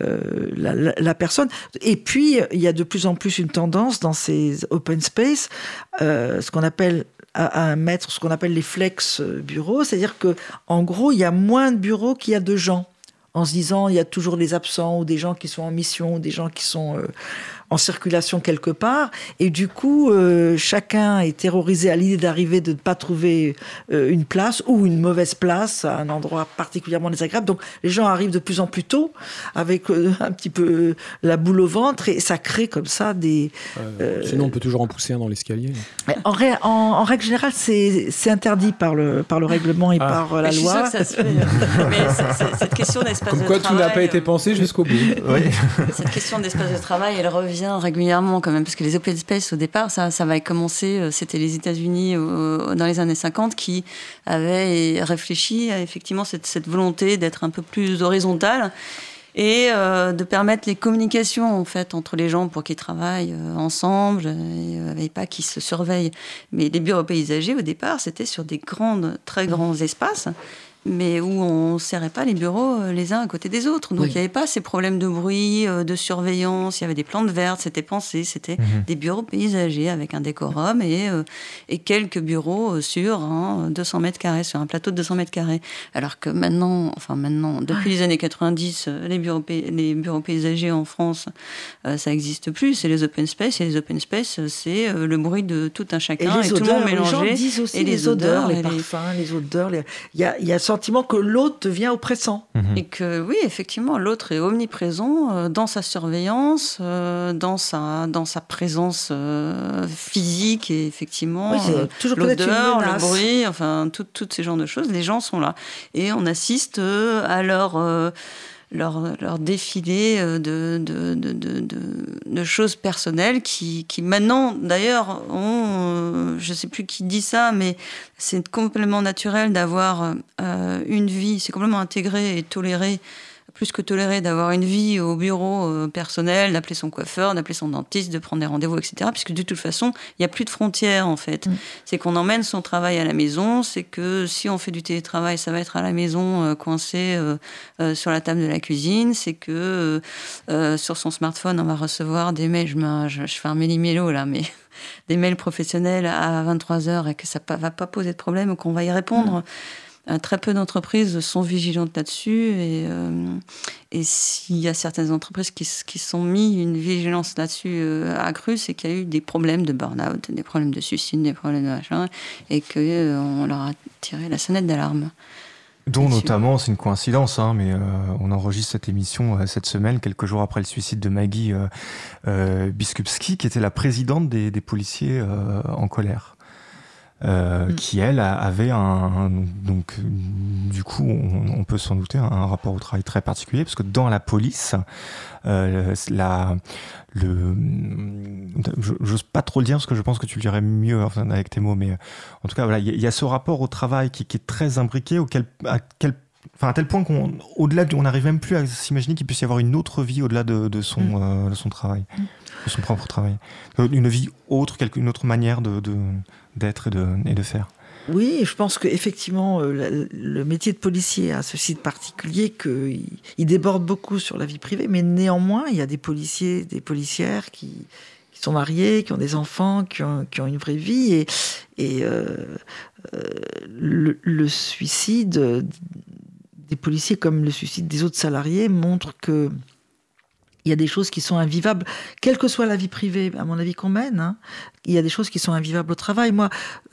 la personne. Et puis, il y a de plus en plus une tendance dans ces open space, ce qu'on appelle à mettre ce qu'on appelle les flex bureaux, c'est-à-dire que en gros, il y a moins de bureaux qu'il y a de gens. En se disant, il y a toujours des absents ou des gens qui sont en mission ou des gens qui sont en circulation quelque part. Et du coup, chacun est terrorisé à l'idée d'arriver, de ne pas trouver une place ou une mauvaise place à un endroit particulièrement désagréable. Donc, les gens arrivent de plus en plus tôt avec un petit peu la boule au ventre et ça crée comme ça des... Sinon, on peut toujours en pousser un dans l'escalier. En règle générale, c'est interdit par le règlement et par la loi. Je suis sûre que ça se fait. Mais cette question d'espace comme de quoi travail... tout n'a pas été pensé jusqu'au bout. Oui. Cette question d'espace de travail, elle revient régulièrement quand même, parce que les open space, au départ, ça va commencer, c'était les États-Unis dans les années 50 qui avaient réfléchi à effectivement cette volonté d'être un peu plus horizontale. et de permettre les communications en fait entre les gens pour qu'ils travaillent ensemble et pas qu'ils se surveillent. Mais les bureaux paysagers au départ c'était sur des très grands espaces, mais où on ne serrait pas les bureaux les uns à côté des autres. Donc il n'y avait pas ces problèmes de bruit, de surveillance, il y avait des plantes vertes, c'était pensé, c'était des bureaux paysagers avec un décorum et quelques bureaux sur 200 mètres carrés, sur un plateau de 200 mètres carrés. Alors que maintenant, depuis les années 90, les bureaux paysagers en France, ça n'existe plus, c'est les open space, et les open space, c'est le bruit de tout un chacun et tout le monde mélangé. Les gens disent aussi et les odeurs, les parfums, les odeurs. Il y a sentiment que l'autre devient oppressant. Et que oui, effectivement, l'autre est omniprésent dans sa surveillance, dans sa présence physique et effectivement l'odeur, le bruit, enfin toutes ces genres de choses. Les gens sont là et on assiste à leur défilé de choses personnelles qui maintenant, d'ailleurs, je ne sais plus qui dit ça, mais c'est complètement naturel d'avoir une vie, c'est complètement intégré et toléré, plus que toléré, d'avoir une vie au bureau personnel, d'appeler son coiffeur, d'appeler son dentiste, de prendre des rendez-vous, etc. Puisque de toute façon, il n'y a plus de frontières, en fait. C'est qu'on emmène son travail à la maison, c'est que si on fait du télétravail, ça va être à la maison, coincé sur la table de la cuisine, c'est que sur son smartphone, on va recevoir des mails, je fais un méli-mélo là, mais des mails professionnels à 23h et que ça ne va pas poser de problème ou qu'on va y répondre. Très peu d'entreprises sont vigilantes là-dessus et s'il y a certaines entreprises qui sont mis une vigilance là-dessus accrue, c'est qu'il y a eu des problèmes de burn-out, des problèmes de suicide, des problèmes de machin, et qu'on leur a tiré la sonnette d'alarme. Dont notamment, c'est une coïncidence, mais on enregistre cette émission cette semaine, quelques jours après le suicide de Maggie Biskupski, qui était la présidente des policiers en colère. Qui elle avait donc du coup on peut s'en douter un rapport au travail très particulier parce que dans la police j'ose pas trop le dire parce que je pense que tu le dirais mieux avec tes mots, mais en tout cas voilà, il y a ce rapport au travail qui est très imbriqué à tel point qu'au-delà on n'arrive même plus à s'imaginer qu'il puisse y avoir une autre vie au-delà de son travail, de son propre travail, une vie autre, une autre manière d'être et de faire. Oui, je pense qu'effectivement, le métier de policier a ceci de particulier qu'il déborde beaucoup sur la vie privée, mais néanmoins, il y a des policiers, des policières qui sont mariés, qui ont des enfants, qui ont une vraie vie, et le suicide des policiers, comme le suicide des autres salariés, montre que il y a des choses qui sont invivables, quelle que soit la vie privée, à mon avis, qu'on mène. Il y a des choses qui sont invivables au travail. Moi,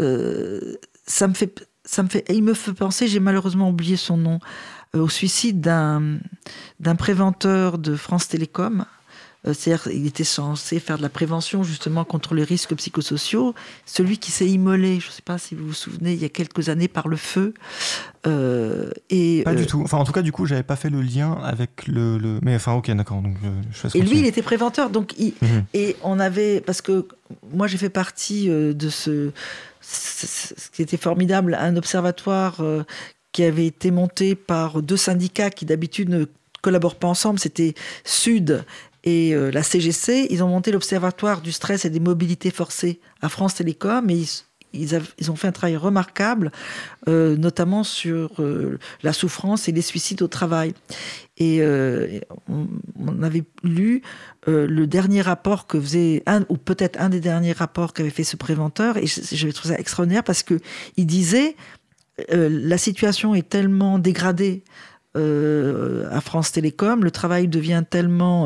il me fait penser, j'ai malheureusement oublié son nom, au suicide d'un préventeur de France Télécom. C'est-à-dire, il était censé faire de la prévention justement contre les risques psychosociaux. Celui qui s'est immolé, je ne sais pas si vous vous souvenez, il y a quelques années par le feu. Pas du tout. Enfin, en tout cas, du coup, j'avais pas fait le lien avec le. Mais enfin, ok, d'accord. Donc, et lui, il était préventeur. Donc, et on avait, parce que moi, j'ai fait partie de ce qui était formidable, un observatoire qui avait été monté par 2 syndicats qui d'habitude ne collaborent pas ensemble. C'était Sud et la CGC. Ils ont monté l'Observatoire du stress et des mobilités forcées à France Télécom, et ils ont fait un travail remarquable, notamment sur la souffrance et les suicides au travail. Et on avait lu le dernier rapport que faisait, ou peut-être un des derniers rapports qu'avait fait ce préventeur, et j'avais trouvé ça extraordinaire parce qu'il disait la situation est tellement dégradée à France Télécom, le travail devient tellement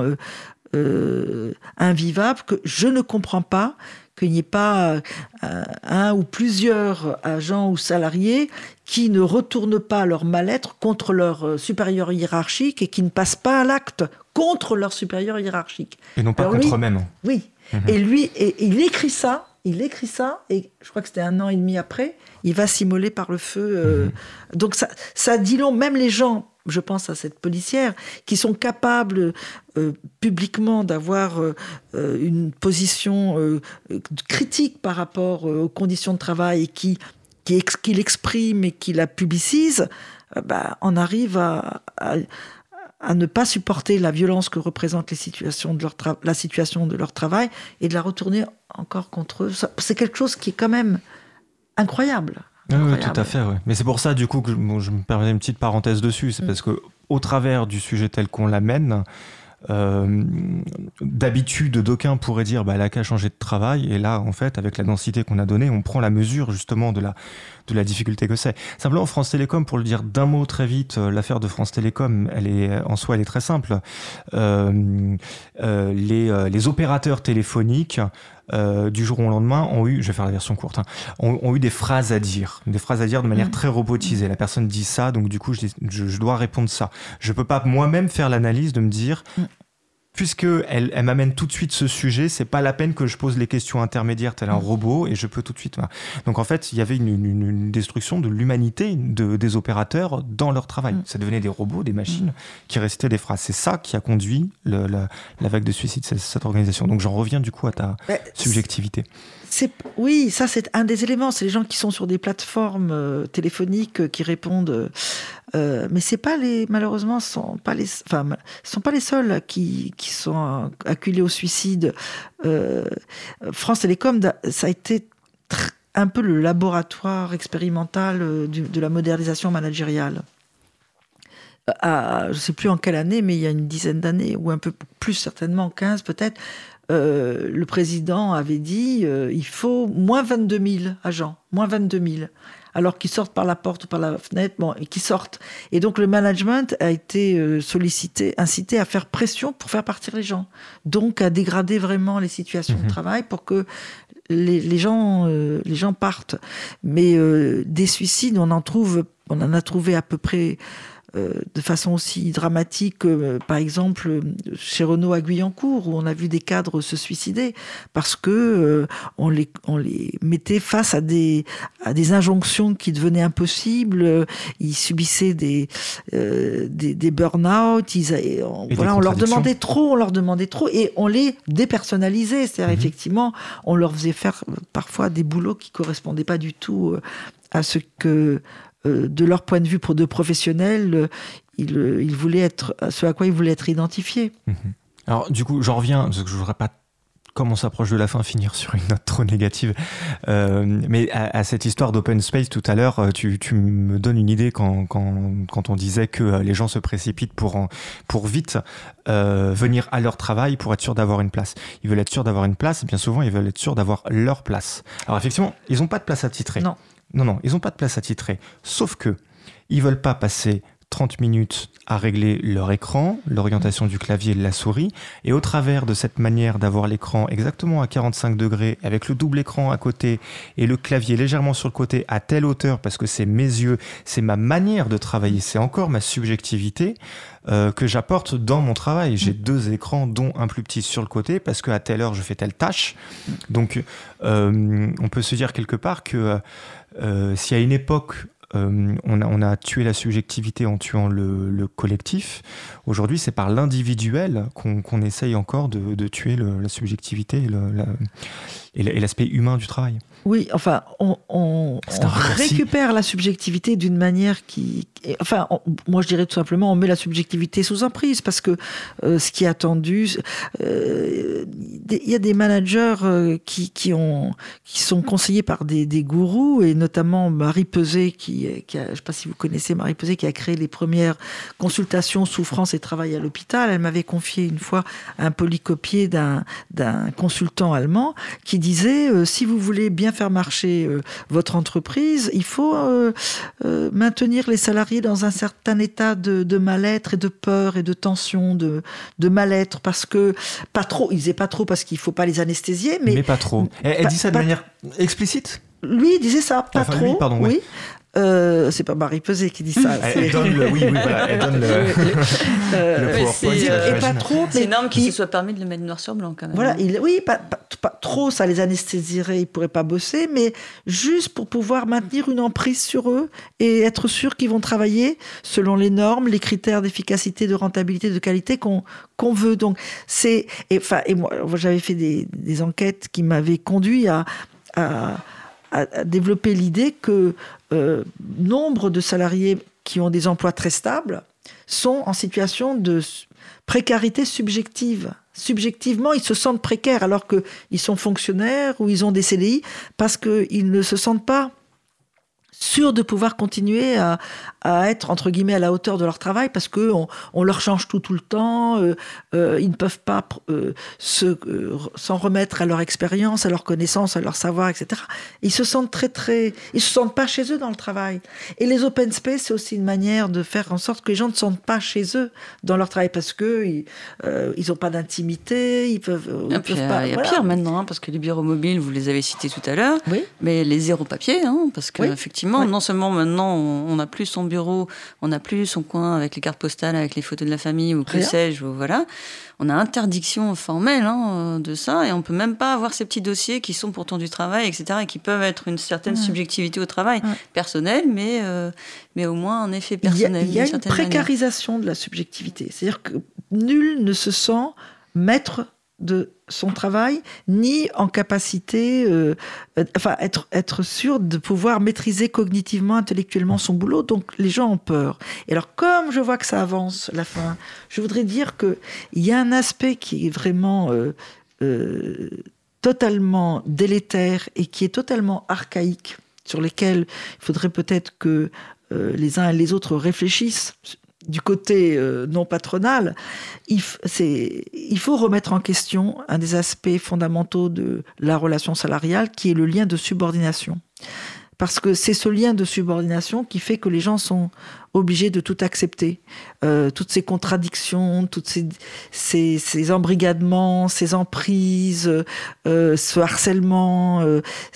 invivable que je ne comprends pas qu'il n'y ait pas un ou plusieurs agents ou salariés qui ne retournent pas leur mal-être contre leur supérieur hiérarchique et qui ne passent pas à l'acte contre leur supérieur hiérarchique. Et non pas contre eux-mêmes. Oui. Et lui, il écrit ça, et je crois que c'était 1 an et demi après, il va s'immoler par le feu. Donc ça dit long, même les gens, je pense à cette policière, qui sont capables publiquement d'avoir une position critique par rapport aux conditions de travail et qui l'exprime et qui la publicise, on arrive à ne pas supporter la violence que représentent la situation de leur travail et de la retourner encore contre eux. C'est quelque chose qui est quand même incroyable. Oui, tout à fait. Ouais. Mais c'est pour ça, du coup, que je me permets une petite parenthèse dessus. C'est parce que, au travers du sujet tel qu'on l'amène, d'habitude, d'aucuns pourraient dire elle a qu'à changer de travail. Et là, en fait, avec la densité qu'on a donnée, on prend la mesure justement de la difficulté que c'est. Simplement, France Télécom, pour le dire d'un mot très vite, l'affaire de France Télécom, elle est très simple. Les opérateurs téléphoniques, du jour au lendemain, ont eu, je vais faire la version courte, ont eu des phrases à dire de manière très robotisée. La personne dit ça, donc du coup, je dois répondre ça. Je peux pas moi-même faire l'analyse de me dire, puisque elle m'amène tout de suite ce sujet, c'est pas la peine que je pose les questions intermédiaires tel un robot et je peux tout de suite. Donc en fait, il y avait une destruction de l'humanité des opérateurs dans leur travail. Ça devenait des robots, des machines qui récitaient des phrases. C'est ça qui a conduit la vague de suicide, cette organisation. Donc j'en reviens du coup à ta subjectivité. Oui, ça c'est un des éléments. C'est les gens qui sont sur des plateformes téléphoniques qui répondent. Mais c'est pas malheureusement, sont pas les seuls qui sont acculés au suicide. France Télécom, ça a été un peu le laboratoire expérimental de la modernisation managériale. Je ne sais plus en quelle année, mais il y a une dizaine d'années, ou un peu plus certainement, 15 peut-être, le président avait dit il faut moins 22 000 agents, moins 22 000. Alors qu'ils sortent par la porte ou par la fenêtre, et qu'ils sortent. Et donc le management a été incité à faire pression pour faire partir les gens. Donc à dégrader vraiment les situations de travail pour que les gens partent. Mais des suicides, on en a trouvé à peu près de façon aussi dramatique, par exemple chez Renault à Guyancourt, où on a vu des cadres se suicider parce que on les mettait face à des injonctions qui devenaient impossibles. Ils subissaient des burn-out. On leur demandait trop et on les dépersonnalisait. C'est-à-dire effectivement, on leur faisait faire parfois des boulots qui correspondaient pas du tout à ce que de leur point de vue de professionnels, ils voulaient être ce à quoi ils voulaient être identifiés. Alors du coup, j'en reviens, parce que je voudrais pas, comme on s'approche de la fin, finir sur une note trop négative. Mais à cette histoire d'open space tout à l'heure, tu me donnes une idée quand on disait que les gens se précipitent pour vite venir à leur travail pour être sûr d'avoir une place. Ils veulent être sûrs d'avoir une place, et bien souvent ils veulent être sûrs d'avoir leur place. Alors effectivement, ils n'ont pas de place attitrée. Non, ils n'ont pas de place attitrée. Sauf que ils veulent pas passer 30 minutes à régler leur écran, l'orientation du clavier et de la souris, et au travers de cette manière d'avoir l'écran exactement à 45 degrés, avec le double écran à côté et le clavier légèrement sur le côté à telle hauteur, parce que c'est mes yeux, c'est ma manière de travailler, c'est encore ma subjectivité que j'apporte dans mon travail. J'ai 2 écrans, dont un plus petit sur le côté, parce qu'à telle heure je fais telle tâche. Donc on peut se dire quelque part que si à une époque on a tué la subjectivité en tuant le collectif, aujourd'hui c'est par l'individuel qu'on essaye encore de tuer la subjectivité et l'aspect humain du travail. Oui, enfin, on récupère la subjectivité d'une manière moi je dirais tout simplement, on met la subjectivité sous emprise, parce que ce qui est attendu, il y a des managers qui sont conseillés par des gourous, et notamment Marie Peset, je ne sais pas si vous connaissez Marie Peset, qui a créé les premières consultations souffrance et travail à l'hôpital. Elle m'avait confié une fois un polycopier d'un consultant allemand qui disait si vous voulez bien faire marcher votre entreprise, il faut maintenir les salariés dans un certain état de mal-être et de peur et de tension, de mal-être, parce que pas trop, il disait pas trop parce qu'il faut pas les anesthésier, mais pas trop. Elle dit ça de manière explicite. Lui, il disait ça, pas trop. Lui, pardon, oui. C'est pas Marie Peset qui dit ça. Elle donne elle donne le PowerPoint. Et pas trop. C'est énorme qu'il se soit permis de le mettre noir sur blanc quand même. Voilà, pas trop, ça les anesthésierait, ils pourraient pas bosser, mais juste pour pouvoir maintenir une emprise sur eux et être sûr qu'ils vont travailler selon les normes, les critères d'efficacité, de rentabilité, de qualité qu'on veut. Donc et moi j'avais fait des enquêtes qui m'avaient conduit à développer l'idée que nombre de salariés qui ont des emplois très stables sont en situation de précarité subjective. Subjectivement, ils se sentent précaires alors qu'ils sont fonctionnaires ou ils ont des CDI parce qu'ils ne se sentent pas sûrs de pouvoir continuer à être, entre guillemets, à la hauteur de leur travail parce qu'on leur change tout le temps, ils ne peuvent pas s'en remettre à leur expérience, à leur connaissance, à leur savoir, etc. Ils se sentent ils se sentent pas chez eux dans le travail. Et les open space, c'est aussi une manière de faire en sorte que les gens ne se sentent pas chez eux dans leur travail parce qu'ils n'ont pas d'intimité, ils peuvent pas... Il y a pire maintenant, parce que les bureaux mobiles, vous les avez cités tout à l'heure, oui. Mais les zéro papier, parce qu'effectivement, non seulement maintenant, on n'a plus son bureau, on n'a plus son coin avec les cartes postales, avec les photos de la famille, ou que sais-je, voilà. On a interdiction formelle de ça, et on peut même pas avoir ces petits dossiers qui sont pourtant du travail, etc., et qui peuvent être une certaine subjectivité au travail, personnelle, mais au moins un effet personnel. Il y a une précarisation de la subjectivité, c'est-à-dire que nul ne se sent maître de son travail, ni en capacité, être sûr de pouvoir maîtriser cognitivement, intellectuellement son boulot. Donc les gens ont peur. Et alors, comme je vois que ça avance, la fin, je voudrais dire qu'il y a un aspect qui est vraiment totalement délétère et qui est totalement archaïque, sur lesquels il faudrait peut-être que les uns et les autres réfléchissent. Du côté non patronal, il faut remettre en question un des aspects fondamentaux de la relation salariale, qui est le lien de subordination. Parce que c'est ce lien de subordination qui fait que les gens sont obligés de tout accepter. Toutes ces contradictions, toutes ces embrigadements, ces emprises, ce harcèlement,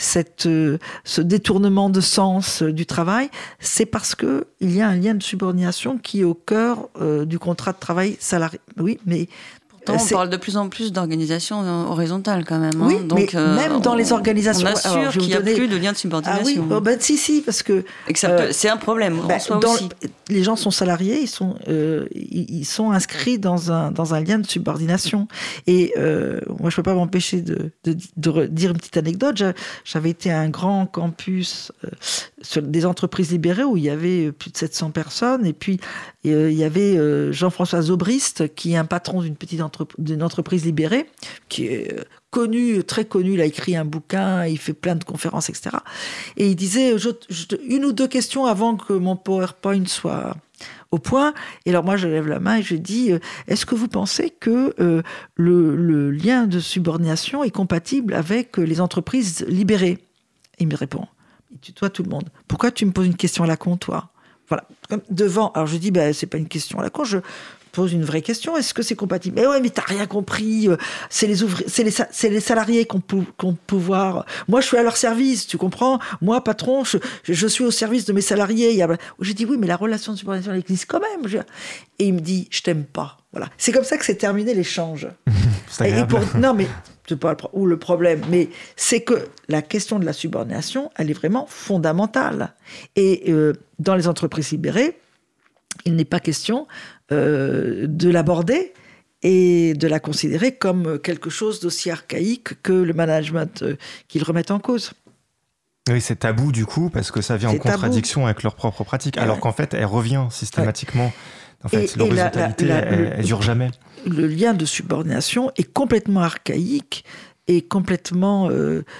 ce détournement de sens du travail, c'est parce qu'il y a un lien de subordination qui est au cœur du contrat de travail salarié. Oui, mais... On parle de plus en plus d'organisations horizontales quand même. Oui, donc, mais même dans les organisations... On assure qu'il n'y a plus de lien de subordination. Ah oui, si, parce que... c'est un problème en soi aussi. Les gens sont salariés, ils sont inscrits dans un lien de subordination. Et moi, je ne peux pas m'empêcher de dire une petite anecdote. J'avais été à un grand campus sur des entreprises libérées où il y avait plus de 700 personnes. Et puis, il y avait Jean-François Zobrist, qui est un patron d'une entreprise libérée, qui est connu, très connu. Il a écrit un bouquin, il fait plein de conférences, etc. Et il disait une ou deux questions avant que mon PowerPoint soit au point. Et alors moi, je lève la main et je dis est-ce que vous pensez que le lien de subordination est compatible avec les entreprises libérées? Et il me répond, il tutoie tout le monde. Pourquoi tu me poses une question à la con, toi? Voilà. Devant, alors je dis, c'est pas une question à la con, je pose une vraie question. Est-ce que c'est compatible? Mais ouais, mais t'as rien compris. C'est les salariés qui ont pouvoir. Moi, je suis à leur service, tu comprends? Moi, patron, je suis au service de mes salariés. J'ai dit, oui, mais la relation de subordination existe quand même. Et il me dit, je t'aime pas. Voilà. C'est comme ça que s'est terminé l'échange. Non, mais c'est pas le problème, mais c'est que la question de la subordination, elle est vraiment fondamentale. Et dans les entreprises libérées, il n'est pas question de l'aborder et de la considérer comme quelque chose d'aussi archaïque que le management qu'ils remettent en cause. Oui, c'est tabou du coup, parce que ça vient en contradiction avec leurs propres pratiques, alors qu'en fait, elle revient systématiquement. Ouais. En fait, l'horizontalité, elle dure jamais. Le lien de subordination est complètement archaïque et complètement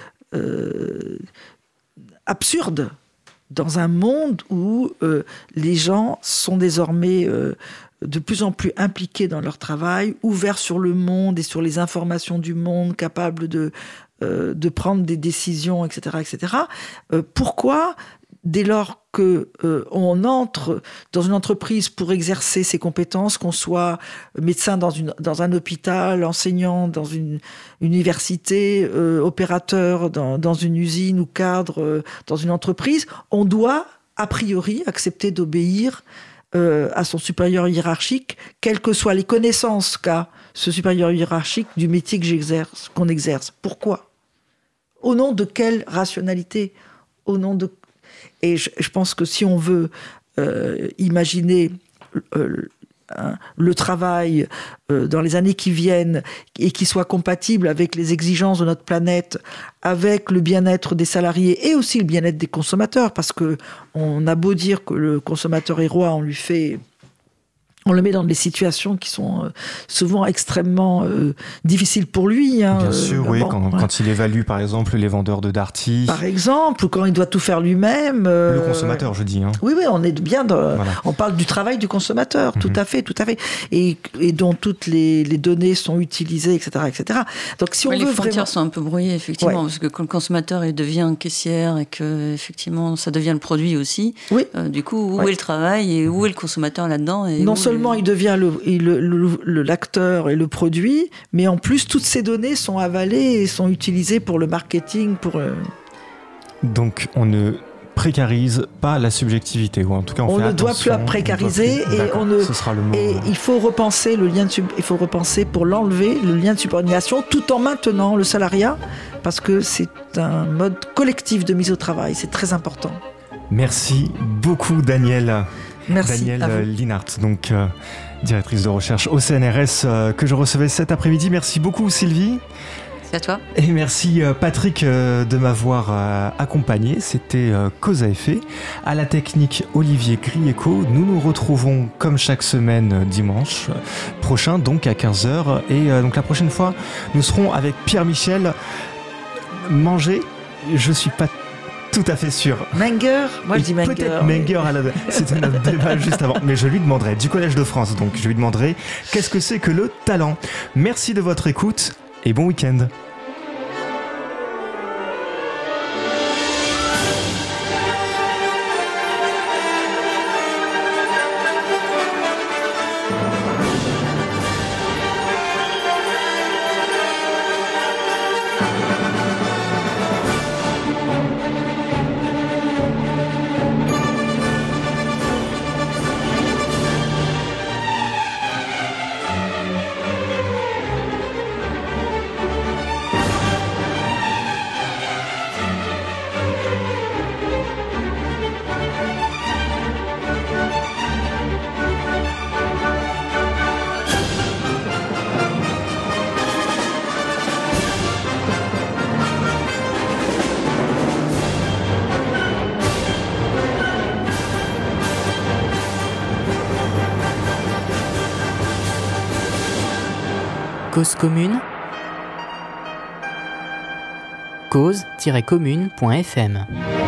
absurde dans un monde où les gens sont désormais de plus en plus impliqués dans leur travail, ouverts sur le monde et sur les informations du monde, capables de prendre des décisions, etc., etc. Pourquoi, dès lors qu'on entre dans une entreprise pour exercer ses compétences, qu'on soit médecin dans un hôpital, enseignant dans une université, opérateur dans une usine ou cadre dans une entreprise, on doit, a priori, accepter d'obéir à son supérieur hiérarchique, quelles que soient les connaissances qu'a ce supérieur hiérarchique du métier qu'on exerce. Pourquoi? Au nom de quelle rationalité? Au nom de... Et je pense que si on veut imaginer le travail dans les années qui viennent et qui soit compatible avec les exigences de notre planète, avec le bien-être des salariés et aussi le bien-être des consommateurs, parce que on a beau dire que le consommateur est roi, on lui fait On le met dans des situations qui sont souvent extrêmement difficiles pour lui. Hein, bien sûr, oui, quand il évalue par exemple les vendeurs de Darty. Par exemple, ou quand il doit tout faire lui-même. Le consommateur, je dis. Hein. Oui, on est bien on parle du travail du consommateur, tout à fait. Et dont toutes les données sont utilisées, etc. etc. Donc si on veut les frontières vraiment... sont un peu brouillées, effectivement, parce que quand le consommateur il devient caissière et que effectivement ça devient le produit aussi, du coup, où est le travail et où est le consommateur là-dedans et non seulement il devient l'acteur et le produit, mais en plus toutes ces données sont avalées et sont utilisées pour le marketing. Donc on ne précarise pas la subjectivité, ou en tout cas on ne doit plus la précariser ce sera le mot. Et il faut repenser pour l'enlever le lien de subordination, tout en maintenant le salariat, parce que c'est un mode collectif de mise au travail, c'est très important. Merci beaucoup Danielle. Merci Danielle Linhart, donc directrice de recherche au CNRS, que je recevais cet après-midi. Merci beaucoup Sylvie. C'est à toi. Et merci Patrick de m'avoir accompagné. C'était Cause à effet. À la technique, Olivier Grieco. Nous nous retrouvons comme chaque semaine dimanche prochain, donc à 15h. Et donc la prochaine fois, nous serons avec Pierre Michel. Manger, je suis pas tout à fait sûr. Menger, moi je dis Menger. Peut-être Menger, c'était notre débat juste avant. Mais je lui demanderai, du Collège de France, donc je lui demanderai qu'est-ce que c'est que le talent. Merci de votre écoute et bon week-end. Cause commune, cause-commune.fm